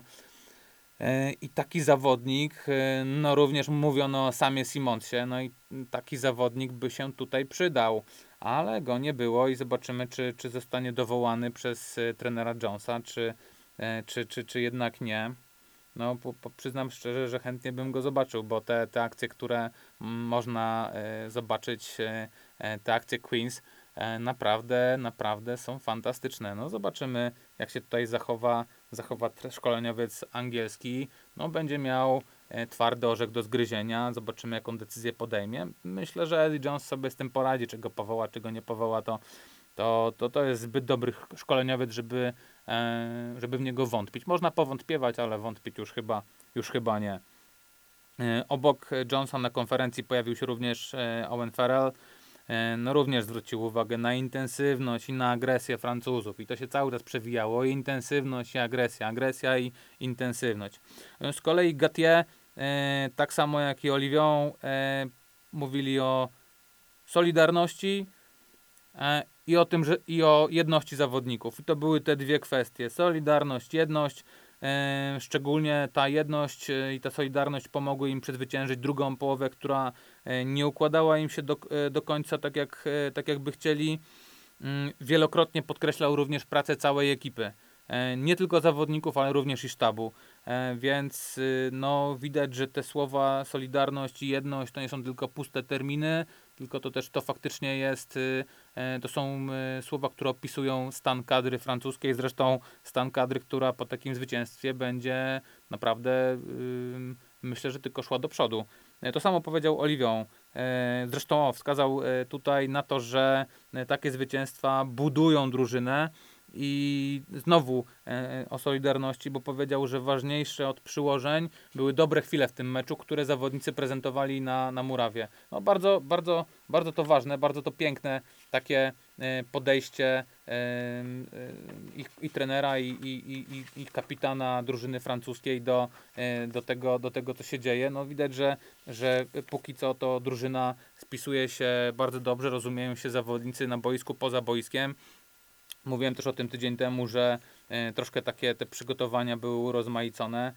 I taki zawodnik, no również mówiono o Samie Simonsie, no i taki zawodnik by się tutaj przydał, ale go nie było i zobaczymy, czy, czy zostanie dowołany przez trenera Jonesa, czy, czy, czy, czy jednak nie. No po, po, przyznam szczerze, że chętnie bym go zobaczył, bo te, te akcje, które można e, zobaczyć, e, te akcje Queens, e, naprawdę, naprawdę są fantastyczne. No zobaczymy, jak się tutaj zachowa, zachowa szkoleniowiec angielski. No będzie miał e, twardy orzech do zgryzienia, zobaczymy, jaką decyzję podejmie. Myślę, że Eddie Jones sobie z tym poradzi, czy go powoła, czy go nie powoła, to To, to, to jest zbyt dobry szkoleniowiec, żeby, e, żeby w niego wątpić. Można powątpiewać, ale wątpić już chyba, już chyba nie. E, obok Jonesa na konferencji pojawił się również e, Owen Farrell. E, no również zwrócił uwagę na intensywność i na agresję Francuzów. I to się cały czas przewijało. I intensywność i agresja. Agresja i intensywność. E, z kolei Gatier, e, tak samo jak i Olivion, e, mówili o solidarności, e, i o tym, że i o jedności zawodników. I to były te dwie kwestie. Solidarność, jedność. E, szczególnie ta jedność e, i ta solidarność pomogły im przezwyciężyć drugą połowę, która e, nie układała im się do, e, do końca tak jak, e, tak jakby chcieli. Mm, wielokrotnie podkreślał również pracę całej ekipy. E, nie tylko zawodników, ale również i sztabu. E, więc y, no widać, że te słowa solidarność i jedność to nie są tylko puste terminy, tylko to też to faktycznie jest, y, e, to są y, słowa, które opisują stan kadry francuskiej, zresztą stan kadry, która po takim zwycięstwie będzie naprawdę, y, myślę, że tylko szła do przodu. E, to samo powiedział Olivion. E, zresztą o, wskazał e, tutaj na to, że e, takie zwycięstwa budują drużynę. I znowu e, o solidarności, bo powiedział, że ważniejsze od przyłożeń były dobre chwile w tym meczu, które zawodnicy prezentowali na, na murawie. No bardzo, bardzo, bardzo to ważne, bardzo to piękne takie e, podejście e, e, ich, i trenera i, i, i, i kapitana drużyny francuskiej do, e, do, tego, do tego, co się dzieje. No widać, że, że póki co to drużyna spisuje się bardzo dobrze, rozumieją się zawodnicy na boisku, poza boiskiem. Mówiłem też o tym tydzień temu, że e, troszkę takie te przygotowania były urozmaicone.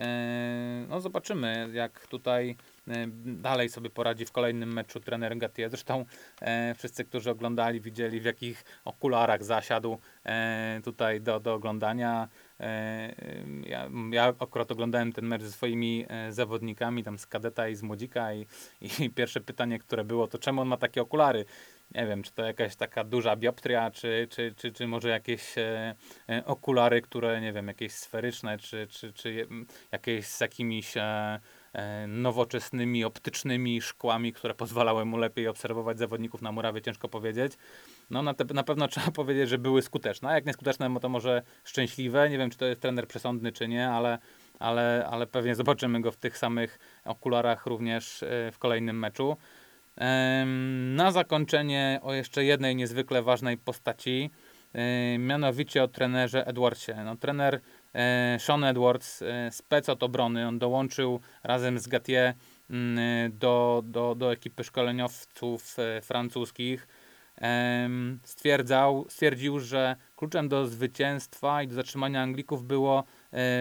E, no zobaczymy, jak tutaj e, dalej sobie poradzi w kolejnym meczu trener Gatier. Zresztą e, wszyscy, którzy oglądali, widzieli, w jakich okularach zasiadł e, tutaj do, do oglądania. E, ja, ja akurat oglądałem ten mecz ze swoimi e, zawodnikami, tam z kadeta i z młodzika i, i pierwsze pytanie, które było, to czemu on ma takie okulary? Nie wiem, czy to jakaś taka duża bioptria, czy, czy, czy, czy może jakieś e, e, okulary, które, nie wiem, jakieś sferyczne, czy, czy, czy jakieś z jakimiś e, e, nowoczesnymi, optycznymi szkłami, które pozwalały mu lepiej obserwować zawodników na murawie, ciężko powiedzieć. No na, te, na pewno trzeba powiedzieć, że były skuteczne. A jak nieskuteczne, no to może szczęśliwe. Nie wiem, czy to jest trener przesądny, czy nie, ale, ale, ale pewnie zobaczymy go w tych samych okularach również e, w kolejnym meczu. Na zakończenie o jeszcze jednej niezwykle ważnej postaci, mianowicie o trenerze Edwardsie. No, trener Sean Edwards, spec od obrony, on dołączył razem z Gatier do, do, do ekipy szkoleniowców francuskich. Stwierdzał, stwierdził, że kluczem do zwycięstwa i do zatrzymania Anglików było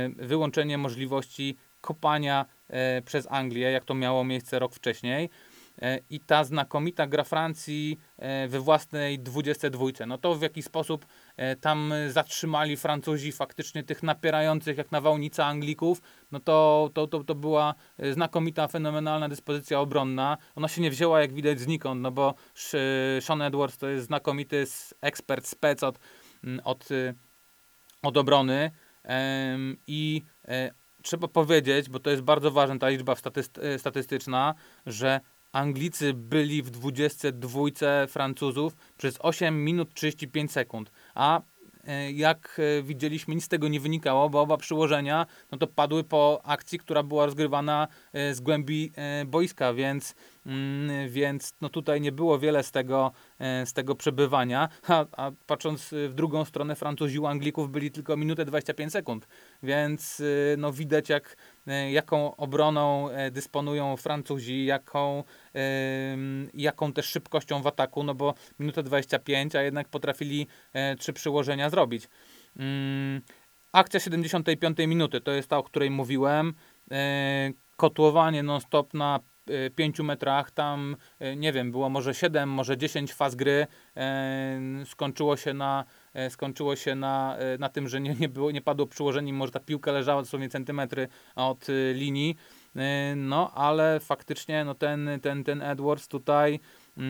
wyłączenie możliwości kopania przez Anglię, jak to miało miejsce rok wcześniej. i ta znakomita gra Francji we własnej dwudziestej dwójce. No to w jaki sposób tam zatrzymali Francuzi faktycznie tych napierających jak nawałnica Anglików, no to, to, to, to była znakomita, fenomenalna dyspozycja obronna. Ona się nie wzięła jak widać znikąd, no bo Sean Edwards to jest znakomity ekspert, spec od, od, od obrony i trzeba powiedzieć, bo to jest bardzo ważna ta liczba statystyczna, że Anglicy byli w dwudziestce dwójce Francuzów przez osiem minut trzydzieści pięć sekund, a jak widzieliśmy, nic z tego nie wynikało, bo oba przyłożenia no to padły po akcji, która była rozgrywana z głębi boiska, więc, więc no tutaj nie było wiele z tego, z tego przebywania, a, a patrząc w drugą stronę, Francuzi u Anglików byli tylko minutę dwadzieścia pięć sekund, więc no widać jak, jaką obroną dysponują Francuzi, jaką, jaką też szybkością w ataku, no bo minutę dwadzieścia pięć, a jednak potrafili trzy przyłożenia zrobić. Akcja siedemdziesiątej piątej minuty, to jest ta, o której mówiłem. Kotłowanie non-stop na pięciu metrach, tam nie wiem, było może siedem, może dziesięć faz gry, skończyło się na, skończyło się na, na tym, że nie, nie, było, nie padło przyłożenie, może ta piłka leżała dosłownie centymetry od linii, no ale faktycznie no ten, ten, ten Edwards tutaj,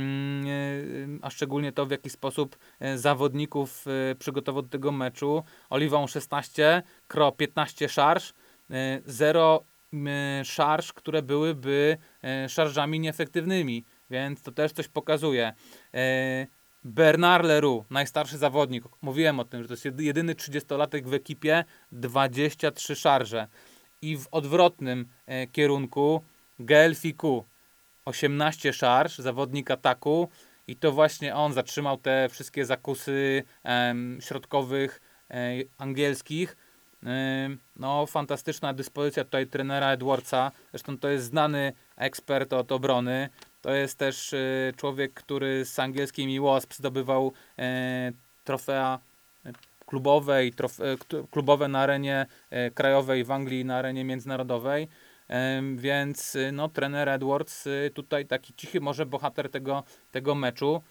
a szczególnie to, w jaki sposób zawodników przygotował do tego meczu. Oliwą szesnaście, Kro piętnaście szarż, zero szarż, które byłyby szarżami nieefektywnymi, więc to też coś pokazuje. Bernard Leroux, najstarszy zawodnik, mówiłem o tym, że to jest jedyny trzydziestolatek w ekipie, dwadzieścia trzy szarże. I w odwrotnym kierunku Gaël Fickou, osiemnaście szarż, zawodnik ataku, i to właśnie on zatrzymał te wszystkie zakusy em, środkowych e, angielskich. E, no, fantastyczna dyspozycja tutaj trenera Edwardsa. Zresztą to jest znany ekspert od obrony. To jest też e, człowiek, który z angielskimi Wasps zdobywał e, trofea klubowe, i trofe, klubowe na arenie e, krajowej w Anglii, na arenie międzynarodowej. Więc no, trener Edwards tutaj taki cichy może bohater tego, tego meczu.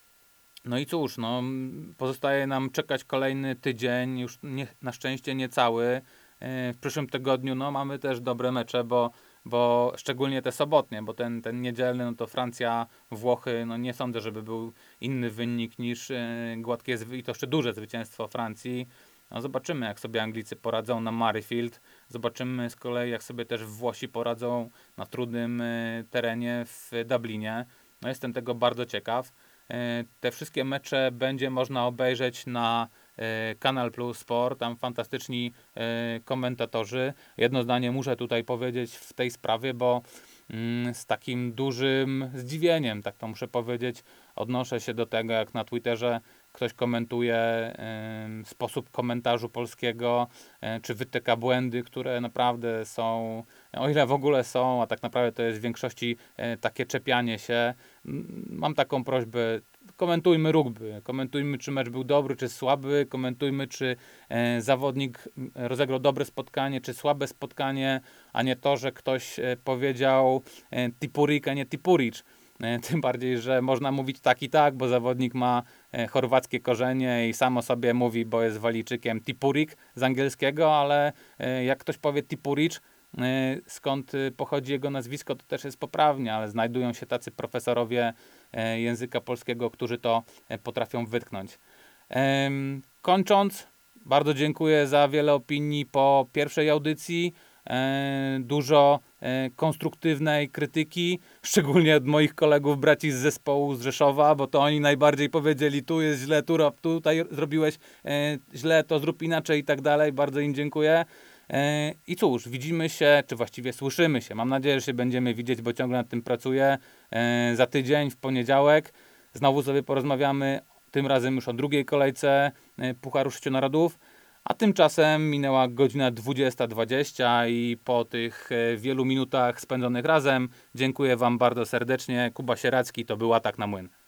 No i cóż, no, pozostaje nam czekać kolejny tydzień, już nie, na szczęście nie cały. W przyszłym tygodniu no, mamy też dobre mecze, bo, bo szczególnie te sobotnie, bo ten, ten niedzielny, no to Francja, Włochy, no nie sądzę, żeby był inny wynik niż gładkie i to jeszcze duże zwycięstwo Francji. No zobaczymy, jak sobie Anglicy poradzą na Murrayfield. Zobaczymy z kolei, jak sobie też Włosi poradzą na trudnym y, terenie w Dublinie. No jestem tego bardzo ciekaw. Y, te wszystkie mecze będzie można obejrzeć na y, Kanal Plus Sport. Tam fantastyczni y, komentatorzy. Jedno zdanie muszę tutaj powiedzieć w tej sprawie, bo y, z takim dużym zdziwieniem, tak to muszę powiedzieć, odnoszę się do tego, jak na Twitterze ktoś komentuje y, sposób komentarzu polskiego, y, czy wytyka błędy, które naprawdę są, o ile w ogóle są, a tak naprawdę to jest w większości y, takie czepianie się. Mam taką prośbę, komentujmy rugby, komentujmy, czy mecz był dobry, czy słaby, komentujmy, czy y, zawodnik rozegrał dobre spotkanie, czy słabe spotkanie, a nie to, że ktoś y, powiedział y, Tipurik, a nie Tipuric. Tym bardziej, że można mówić tak i tak, bo zawodnik ma chorwackie korzenie i sam o sobie mówi, bo jest Walijczykiem, Tipurik z angielskiego, ale jak ktoś powie Tipuric, skąd pochodzi jego nazwisko, to też jest poprawnie, ale znajdują się tacy profesorowie języka polskiego, którzy to potrafią wytknąć. Kończąc, bardzo dziękuję za wiele opinii po pierwszej audycji. Dużo konstruktywnej krytyki, szczególnie od moich kolegów, braci z zespołu z Rzeszowa, bo to oni najbardziej powiedzieli, tu jest źle, tu rob, tutaj zrobiłeś źle, to zrób inaczej i tak dalej. Bardzo im dziękuję. I cóż, widzimy się, czy właściwie słyszymy się. Mam nadzieję, że się będziemy widzieć, bo ciągle nad tym pracuję. Za tydzień, w poniedziałek, znowu sobie porozmawiamy, tym razem już o drugiej kolejce Pucharu Sześcionarodów. A tymczasem minęła godzina dwudziesta dwadzieścia i po tych wielu minutach spędzonych razem dziękuję Wam bardzo serdecznie. Kuba Sieracki, to był Atak na Młyn.